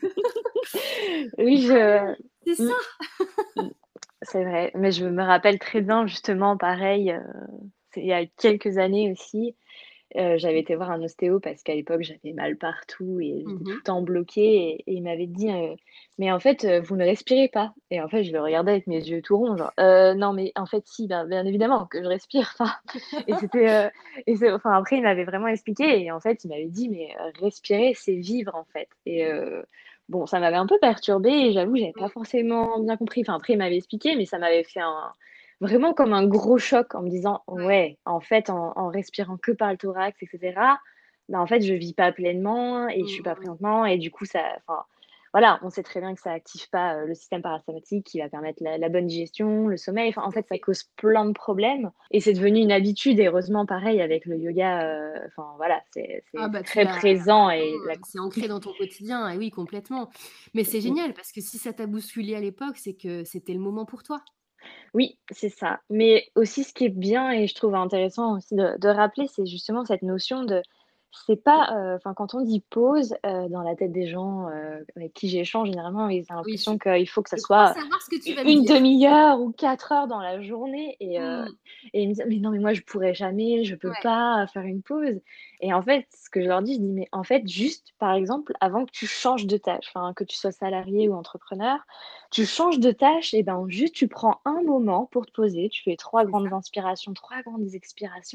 oui, Bah ouais, c'est mmh, ça! mmh, c'est vrai. Mais je me rappelle très bien, justement, pareil, c'est il y a quelques années aussi. J'avais été voir un ostéo parce qu'à l'époque, j'avais mal partout et j'étais tout Mmh. le temps bloquée et il m'avait dit, «Mais en fait, vous ne respirez pas» et en fait, je le regardais avec mes yeux tout ronds genre: non, mais en fait, si, bien évidemment que je respire», enfin et c'était, et c'est enfin, après, il m'avait vraiment expliqué et en fait, il m'avait dit: «Mais, respirer, c'est vivre, en fait» et bon, ça m'avait un peu perturbée et j'avoue, j'avais pas Mmh. forcément bien compris. Enfin, après, il m'avait expliqué, mais ça m'avait fait un vraiment comme un gros choc en me disant: Ouais. «Ouais, en fait, en respirant que par le thorax et cetera, bah, en fait, je vis pas pleinement et je Mmh, suis pas mmh mh. présentement» et du coup, ça enfin, voilà, on sait très bien que ça active pas, le système parasympathique qui va permettre la bonne digestion, le sommeil, enfin, en Tout à fait, ça fait. cause plein de problèmes et c'est devenu une habitude et heureusement, pareil avec le yoga, enfin, voilà, Ah c'est bah, tu très l'as présent et la maintenant, c'est ancré dans ton quotidien et oui, complètement. Mais c'est mmh. génial parce que si ça t'a bousculé à l'époque, c'est que c'était le moment pour toi. Oui, c'est ça. Mais aussi ce qui est bien et je trouve intéressant aussi de rappeler, c'est justement cette notion de c'est pas, enfin quand on dit pause, dans la tête des gens, avec qui j'échange généralement, ils ont Oui, l'impression qu'il faut que ça je crois soit savoir ce que tu vas me une dire. demi-heure ou 4 heures dans la journée Mmh. et ils me disent: «Mais non, mais moi je pourrais jamais, je peux Ouais. pas faire une pause» et en fait, ce que je leur dis, je dis: «Mais en fait, juste, par exemple, avant que tu changes de tâche, enfin que tu sois salarié ou entrepreneur, tu changes de tâche et ben, juste tu prends un moment pour te poser, tu fais 3 C'est ça. grandes inspirations, 3 grandes expirations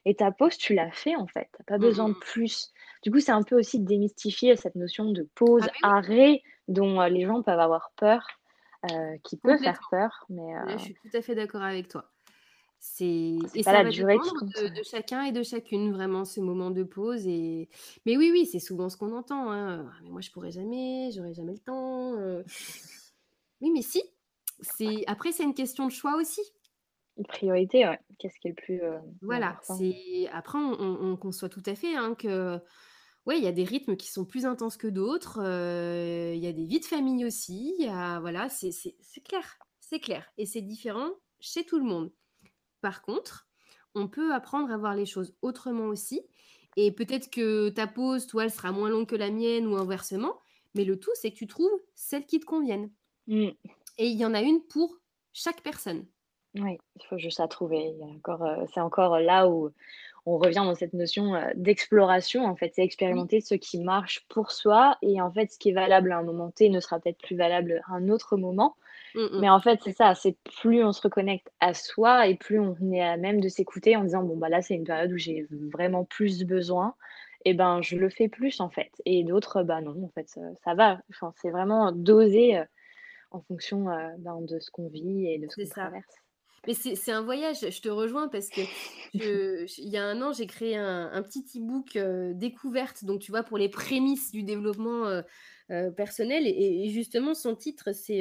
et ta pause, tu l'as fait, en fait. Tu as pas Mmh, besoin mmh de mh. plus. Du coup, c'est un peu aussi démystifier cette notion de Ah pause, mais oui, arrêt dont, les gens peuvent avoir peur, qui peut faire complètement. peur, mais Là, je suis tout à fait d'accord avec toi. C'est c'est et pas ça la va durée dépendre qui compte. de chacun et de chacune, vraiment, ce moment de pause et mais oui, oui, c'est souvent ce qu'on entend, hein: «Ah mais moi je pourrais jamais, j'aurais jamais le temps». Oui, mais si, c'est une question de choix aussi. Une priorité, ouais. Qu'est-ce qui est le plus, Voilà, important? c'est après on conçoit tout à fait, hein, que ouais, il y a des rythmes qui sont plus intenses que d'autres, il y a des vies de famille aussi, il y a voilà, c'est clair et c'est différent chez tout le monde. Par contre, on peut apprendre à voir les choses autrement aussi et peut-être que ta pause, toi, elle sera moins longue que la mienne ou inversement, mais le tout, c'est que tu trouves celle qui te convienne Mmh. et il y en a une pour chaque personne. Oui, il faut juste la trouver. Il y a encore, c'est encore là où on revient dans cette notion, d'exploration, en fait. C'est Oui. expérimenter ce qui marche pour soi et en fait, ce qui est valable à un moment T ne sera peut-être plus valable à un autre moment. Mais en fait, c'est Complètement. ça, c'est plus on se reconnecte à soi et plus on est à même de s'écouter en disant: «Bon, bah, là, c'est une période où j'ai vraiment plus besoin et ben, je le fais plus, en fait» et d'autres, bah, non, en fait, ça va. Enfin, c'est vraiment doser, en fonction, ben, de ce qu'on vit et de ce C'est qu'on ça. traverse. Mais c'est un voyage, je te rejoins parce que il y a un an, j'ai créé un petit e-book, découverte, donc tu vois, pour les prémices du développement, personnel et justement son titre c'est,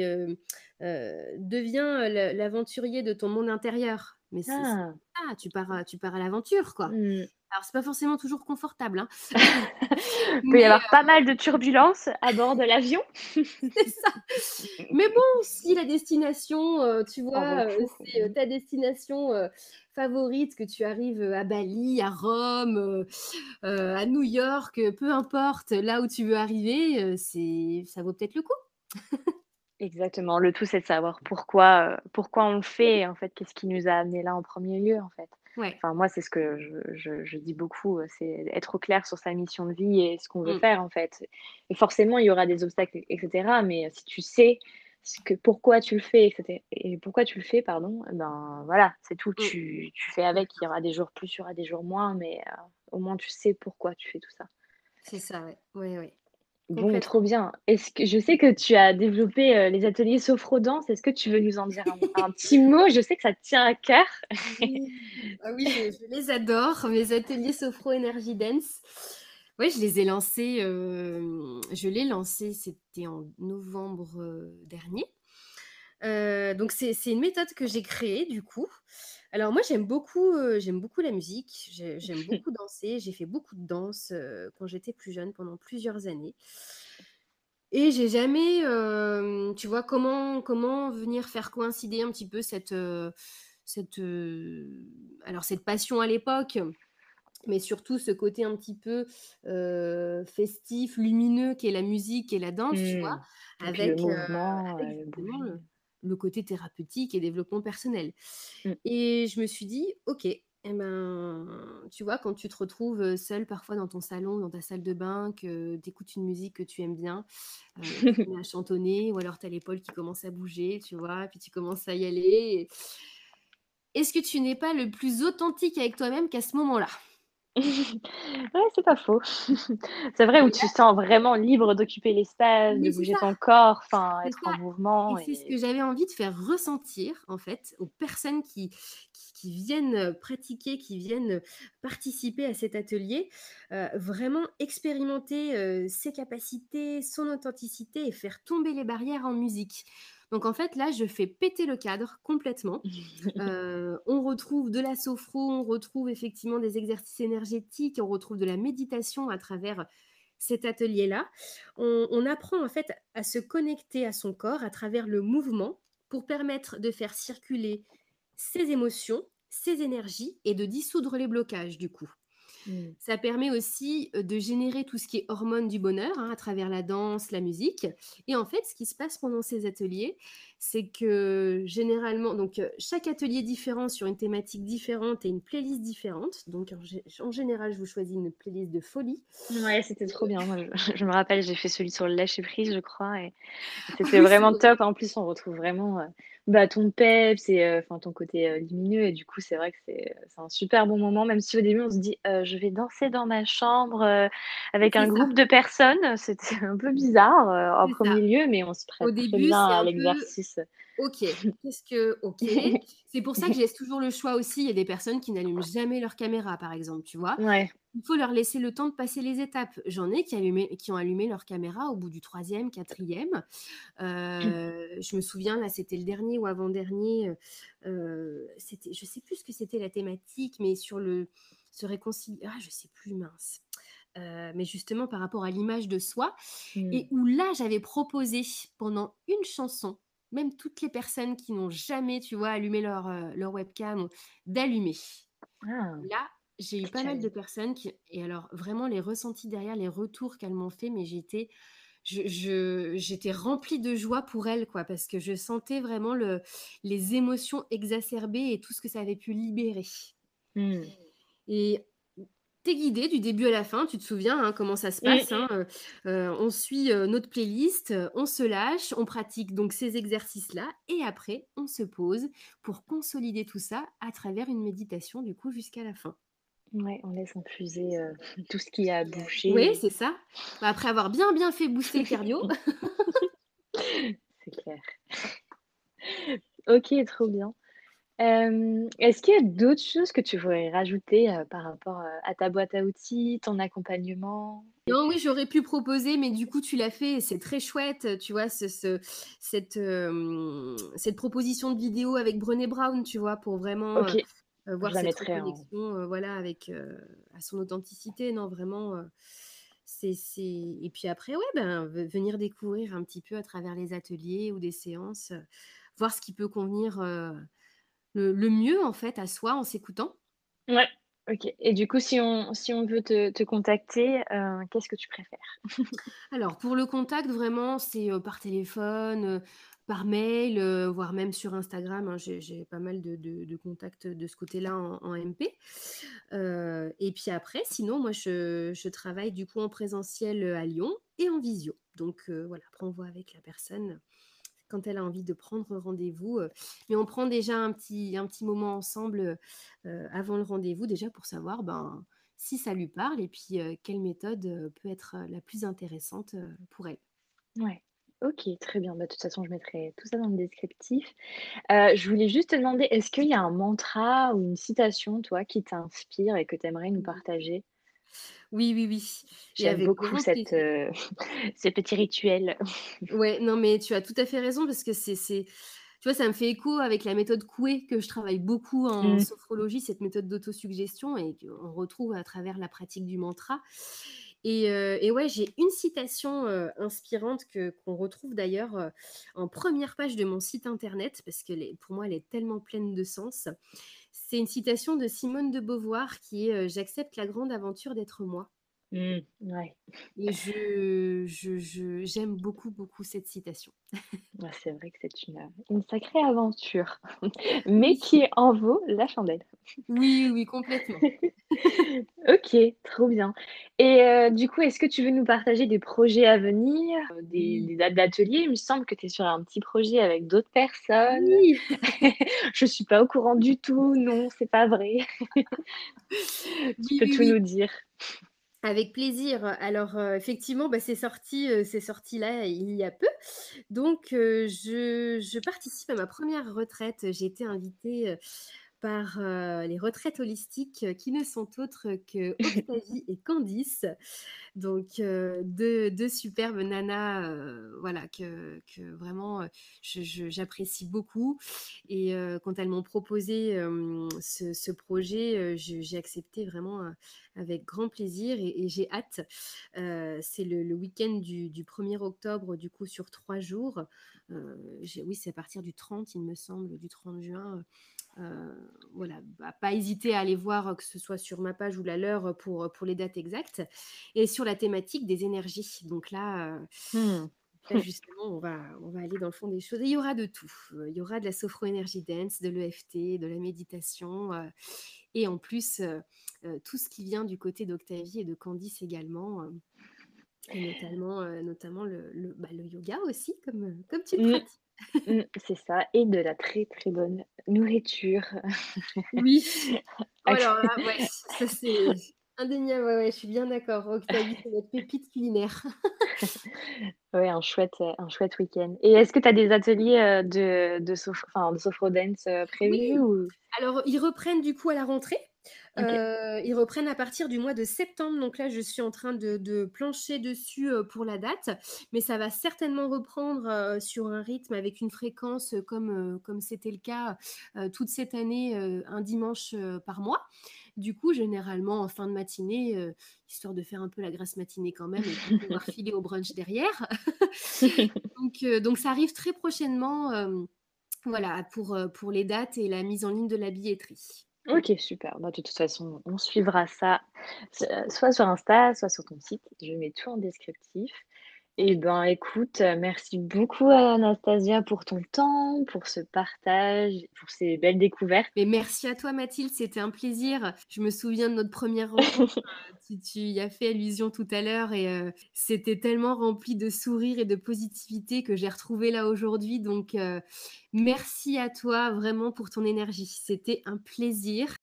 «Deviens l'aventurier de ton monde intérieur». Mais c'est Ah! ça, tu pars à l'aventure, quoi. Mmh. Alors c'est pas forcément toujours confortable, hein, Peut y mais avoir pas mal de turbulences à bord de l'avion. c'est ça. Mais bon, si la destination, tu En vaut le vois, coup. c'est, Mmh. ta destination, favorite, que tu arrives, à Bali, à Rome, à New York, peu importe là où tu veux arriver, c'est ça vaut peut-être le coup. Exactement. Le tout, c'est de savoir pourquoi on le fait, en fait. Qu'est-ce qui nous a amenés là en premier lieu, en fait? Ouais. Enfin, moi, c'est ce que je dis beaucoup, c'est être au clair sur sa mission de vie et ce qu'on veut Mmh. faire, en fait. Et forcément, il y aura des obstacles et cetera, mais si tu sais ce que pourquoi tu le fais et pourquoi tu le fais, pardon, ben, voilà, c'est tout. Mmh. Tu fais avec. Il y D'accord. aura des jours plus, il y aura des jours moins, mais au moins tu sais pourquoi tu fais tout ça. C'est ça, ouais. Ouais, ouais. Bon, trop Complètement. bien. Est-ce que je sais que tu as développé, les ateliers sophro-danse. Est-ce que tu veux nous en dire un petit mot? Je sais que ça te tient à cœur. Oui. Ah oui, je les adore, mes ateliers Sophro Energy Dance. Ouais, je les ai lancés, je l'ai lancé, c'était en novembre, dernier. Donc c'est une méthode que j'ai créée du coup. Alors moi j'aime beaucoup la musique, j'aime beaucoup danser, j'ai fait beaucoup de danse, quand j'étais plus jeune pendant plusieurs années et j'ai jamais, tu vois, comment venir faire coïncider un petit peu cette, alors cette passion à l'époque, mais surtout ce côté un petit peu, festif, lumineux qu'est la musique et la danse, tu vois? Mmh. Et puis le Avec, mouvement, le justement bouger. le côté thérapeutique et développement personnel Mmh. et je me suis dit: «OK, et ben», tu vois, quand tu te retrouves, seule parfois dans ton salon, dans ta salle de bain, que tu écoutes une musique que tu aimes bien, tu te mets à chantonner ou alors tu as l'épaule qui commence à bouger, tu vois? Puis tu commences à y aller et est-ce que tu n'es pas le plus authentique avec toi-même qu'à ce moment-là? Ouais, c'est pas faux. C'est vrai où Et tu là te sens vraiment libre d'occuper l'espace, de oui, c'est bouger ça, ton corps, enfin c'est être ça en et mouvement c'est ce et que j'avais envie de faire ressentir, en fait, aux personnes qui viennent, pratiquer, qui viennent, participer à cet atelier, vraiment expérimenter, ses capacités, son authenticité et faire tomber les barrières en musique. Donc en fait, là, je fais péter le cadre complètement. On retrouve de la sophro, on retrouve effectivement des exercices énergétiques, on retrouve de la méditation à travers cet atelier-là. On apprend en fait à se connecter à son corps à travers le mouvement pour permettre de faire circuler ses émotions, ses énergies et de dissoudre les blocages du coup. mmh. Ça permet aussi, de générer tout ce qui est hormones du bonheur, hein, à travers la danse, la musique et en fait, ce qui se passe pendant ces ateliers, c'est que généralement donc chaque atelier différent sur une thématique différente et une playlist différente. Donc en général, je vous choisis une playlist de folie. Ouais, c'était trop bien. Moi, je me rappelle, j'ai fait celui sur le lâcher prise, je crois et Ah c'était oui, c'est vraiment vrai. top. En plus, on retrouve vraiment, bah, ton peps et enfin ton côté, lumineux et du coup, c'est vrai que c'est un super bon moment, même si au début on se dit: «Je vais danser dans ma chambre, avec C'est un ça, groupe de personnes». C'était un peu bizarre, en c'est ça. premier lieu, mais on se Au prête très début, bien c'est à un peu l'exercice. OK, OK. C'est pour ça que je laisse toujours le choix aussi. Il y a des personnes qui n'allument jamais leur caméra, par exemple, tu vois? Ouais. Il faut leur laisser le temps de passer les étapes. J'en ai qui ont allumé leur caméra au bout du troisième, quatrième. Je me souviens, là, c'était le dernier ou avant-dernier, c'était je sais plus ce que c'était la thématique, mais sur le se réconcilier je sais plus, mince. Mais justement par rapport à l'image de soi Mmh. et où là, j'avais proposé pendant une chanson, même toutes les personnes qui n'ont jamais, tu vois, allumé leur webcam, d'allumer. Ah, Là, j'ai eu pas mal de challenge. personnes qui et alors vraiment les ressentis derrière, les retours qu'elles m'ont fait, mais j'étais remplie de joie pour elles, quoi, parce que je sentais vraiment les émotions exacerbées et tout ce que ça avait pu libérer. Mmh. Et tu guidée du début à la fin, tu te souviens, hein, comment ça se Mmh. passe, hein, on suit, notre playlist, on se lâche, on pratique donc ces exercices-là et après on se pose pour consolider tout ça à travers une méditation du coup jusqu'à la fin. Ouais, on laisse infuser, tout ce qui a Oui, bougé. c'est ça. Bah, après avoir bien fait booster le cardio. C'est clair. OK, trop bien. Est-ce qu'il y a d'autres choses que tu voudrais rajouter, par rapport, à ta boîte à outils, ton accompagnement? Non, oui, j'aurais pu proposer, mais du coup, tu l'as fait et c'est très chouette, tu vois? Cette proposition de vidéo avec Brené Brown, tu vois? Pour vraiment, OK, je voir la cette mettrai en reconnexion, voilà, avec, à son authenticité. Non, vraiment, c'est et puis après, ouais, ben, venir découvrir un petit peu à travers les ateliers ou des séances, voir ce qui peut convenir, le mieux, en fait, à soi en s'écoutant. ouais, OK et du coup, si on veut te contacter, qu'est-ce que tu préfères? Alors pour le contact vraiment c'est, par téléphone, par mail, voire même sur Instagram, hein. J'ai pas mal de contacts de ce côté-là en MP. Et puis après sinon moi je travaille du coup en présentiel, à Lyon et en visio. Donc voilà, après on voit avec la personne quand elle a envie de prendre rendez-vous, mais on prend déjà un petit moment ensemble, avant le rendez-vous déjà pour savoir, ben, si ça lui parle et puis, quelle méthode, peut être, la plus intéressante, pour elle. Ouais. OK, très bien. Bah, de toute façon, je mettrai tout ça dans le descriptif. Je voulais juste te demander, est-ce qu'il y a un mantra ou une citation, toi, qui t'inspire et que tu aimerais nous partager? Oui, oui, oui et J'aime avec beaucoup grand cette, plaisir. ces petits rituels. Ouais, non, mais tu as tout à fait raison parce que c'est tu vois, ça me fait écho avec la méthode Coué que je travaille beaucoup en Mmh. sophrologie, cette méthode d'autosuggestion et qu'on retrouve à travers la pratique du mantra et ouais, j'ai une citation, inspirante qu'on retrouve d'ailleurs, en première page de mon site internet parce que pour moi, elle est tellement pleine de sens. C'est une citation de Simone de Beauvoir qui est, «J'accepte la grande aventure d'être moi». Mmh. Ouais. Et j'aime beaucoup, beaucoup cette citation. Ouais, c'est vrai que c'est une sacrée aventure, mais Oui. qui en vaut la chandelle. Oui, oui, oui, complètement. OK, trop bien et du coup, est-ce que tu veux nous partager des projets à venir, Oui. des dates d'atelier? Il me semble que tu es sur un petit projet avec d'autres personnes. Oui! Je suis pas au courant du tout, non, c'est pas vrai. Tu Oui, peux oui, tout oui, nous dire. avec plaisir. Alors, effectivement, bah, c'est sorti là, il y a peu. Donc, je participe à ma première retraite. J'ai été invitée, par, les retraites holistiques, qui ne sont autres que Octavie et Candice. Donc, 2 superbes nanas, voilà, que vraiment, j'apprécie beaucoup et quand elles m'ont proposé, ce projet, j'ai accepté vraiment, avec grand plaisir et j'ai hâte. C'est le week-end du 1er octobre, du coup, sur 3 jours. Oui, c'est à partir du 30, il me semble, du 30 juin, voilà, bah, pas hésiter à aller voir, que ce soit sur ma page ou la leur, pour les dates exactes et sur la thématique des énergies. Donc là, Mmh. justement, on va aller dans le fond des choses et il y aura de tout. Il y aura de la sophro-energy dance, de l'EFT, de la méditation, et en plus, tout ce qui vient du côté d'Octavie et de Candice également, et notamment le yoga aussi comme tu le Mmh. pratiques. C'est ça et de la très, très bonne nourriture. Oui. Oh Ac alors là, ouais, ça c'est indéniable, ouais, ouais, je suis bien d'accord. Octavie, c'est notre pépite culinaire. Ouais, un chouette week-end et est-ce que tu as des ateliers, de sophro dance, prévus Oui, ou? alors ils reprennent du coup à la rentrée. OK. Ils reprennent à partir du mois de septembre, donc là je suis en train de plancher dessus, pour la date. Mais ça va certainement reprendre, sur un rythme avec une fréquence, comme c'était le cas, toute cette année, un dimanche, par mois. Du coup, généralement en fin de matinée, histoire de faire un peu la grasse matinée quand même et puis pouvoir filer au brunch derrière. Donc ça arrive très prochainement, voilà, pour les dates et la mise en ligne de la billetterie. OK, super. Bah, de toute façon, on suivra ça, soit sur Insta, soit sur ton site. Je mets tout en descriptif. Et Avec ben, écoute, merci beaucoup Anastasia pour ton temps, pour ce partage, pour ces belles découvertes. Mais merci à toi Mathilde, c'était un plaisir. Je me souviens de notre première rencontre, tu y as fait allusion tout à l'heure et c'était tellement rempli de sourires et de positivité que j'ai retrouvé là aujourd'hui donc merci à toi vraiment pour ton énergie. C'était un plaisir.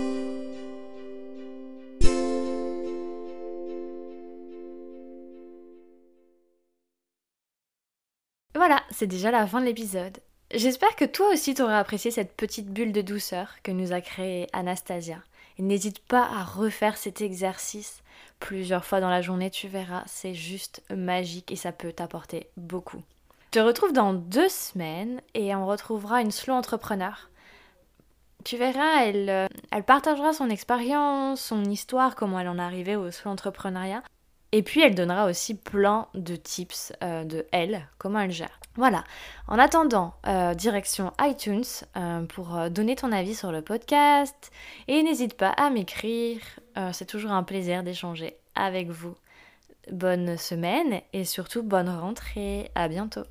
Voilà, c'est déjà la fin de l'épisode. J'espère que toi aussi t'auras apprécié cette petite bulle de douceur que nous a créée Anastasia. Et n'hésite pas à refaire cet exercice plusieurs fois dans la journée, tu verras, c'est juste magique et ça peut t'apporter beaucoup. Je te retrouve dans 2 semaines et on retrouvera une slow entrepreneur. Tu verras, elle partagera son expérience, son histoire, comment elle en est arrivée au slow entrepreneuriat. Et puis elle donnera aussi plein de tips de elle, comment elle gère. Voilà. En attendant, direction iTunes pour donner ton avis sur le podcast. Et n'hésite pas à m'écrire. C'est toujours un plaisir d'échanger avec vous. Bonne semaine et surtout bonne rentrée. À bientôt.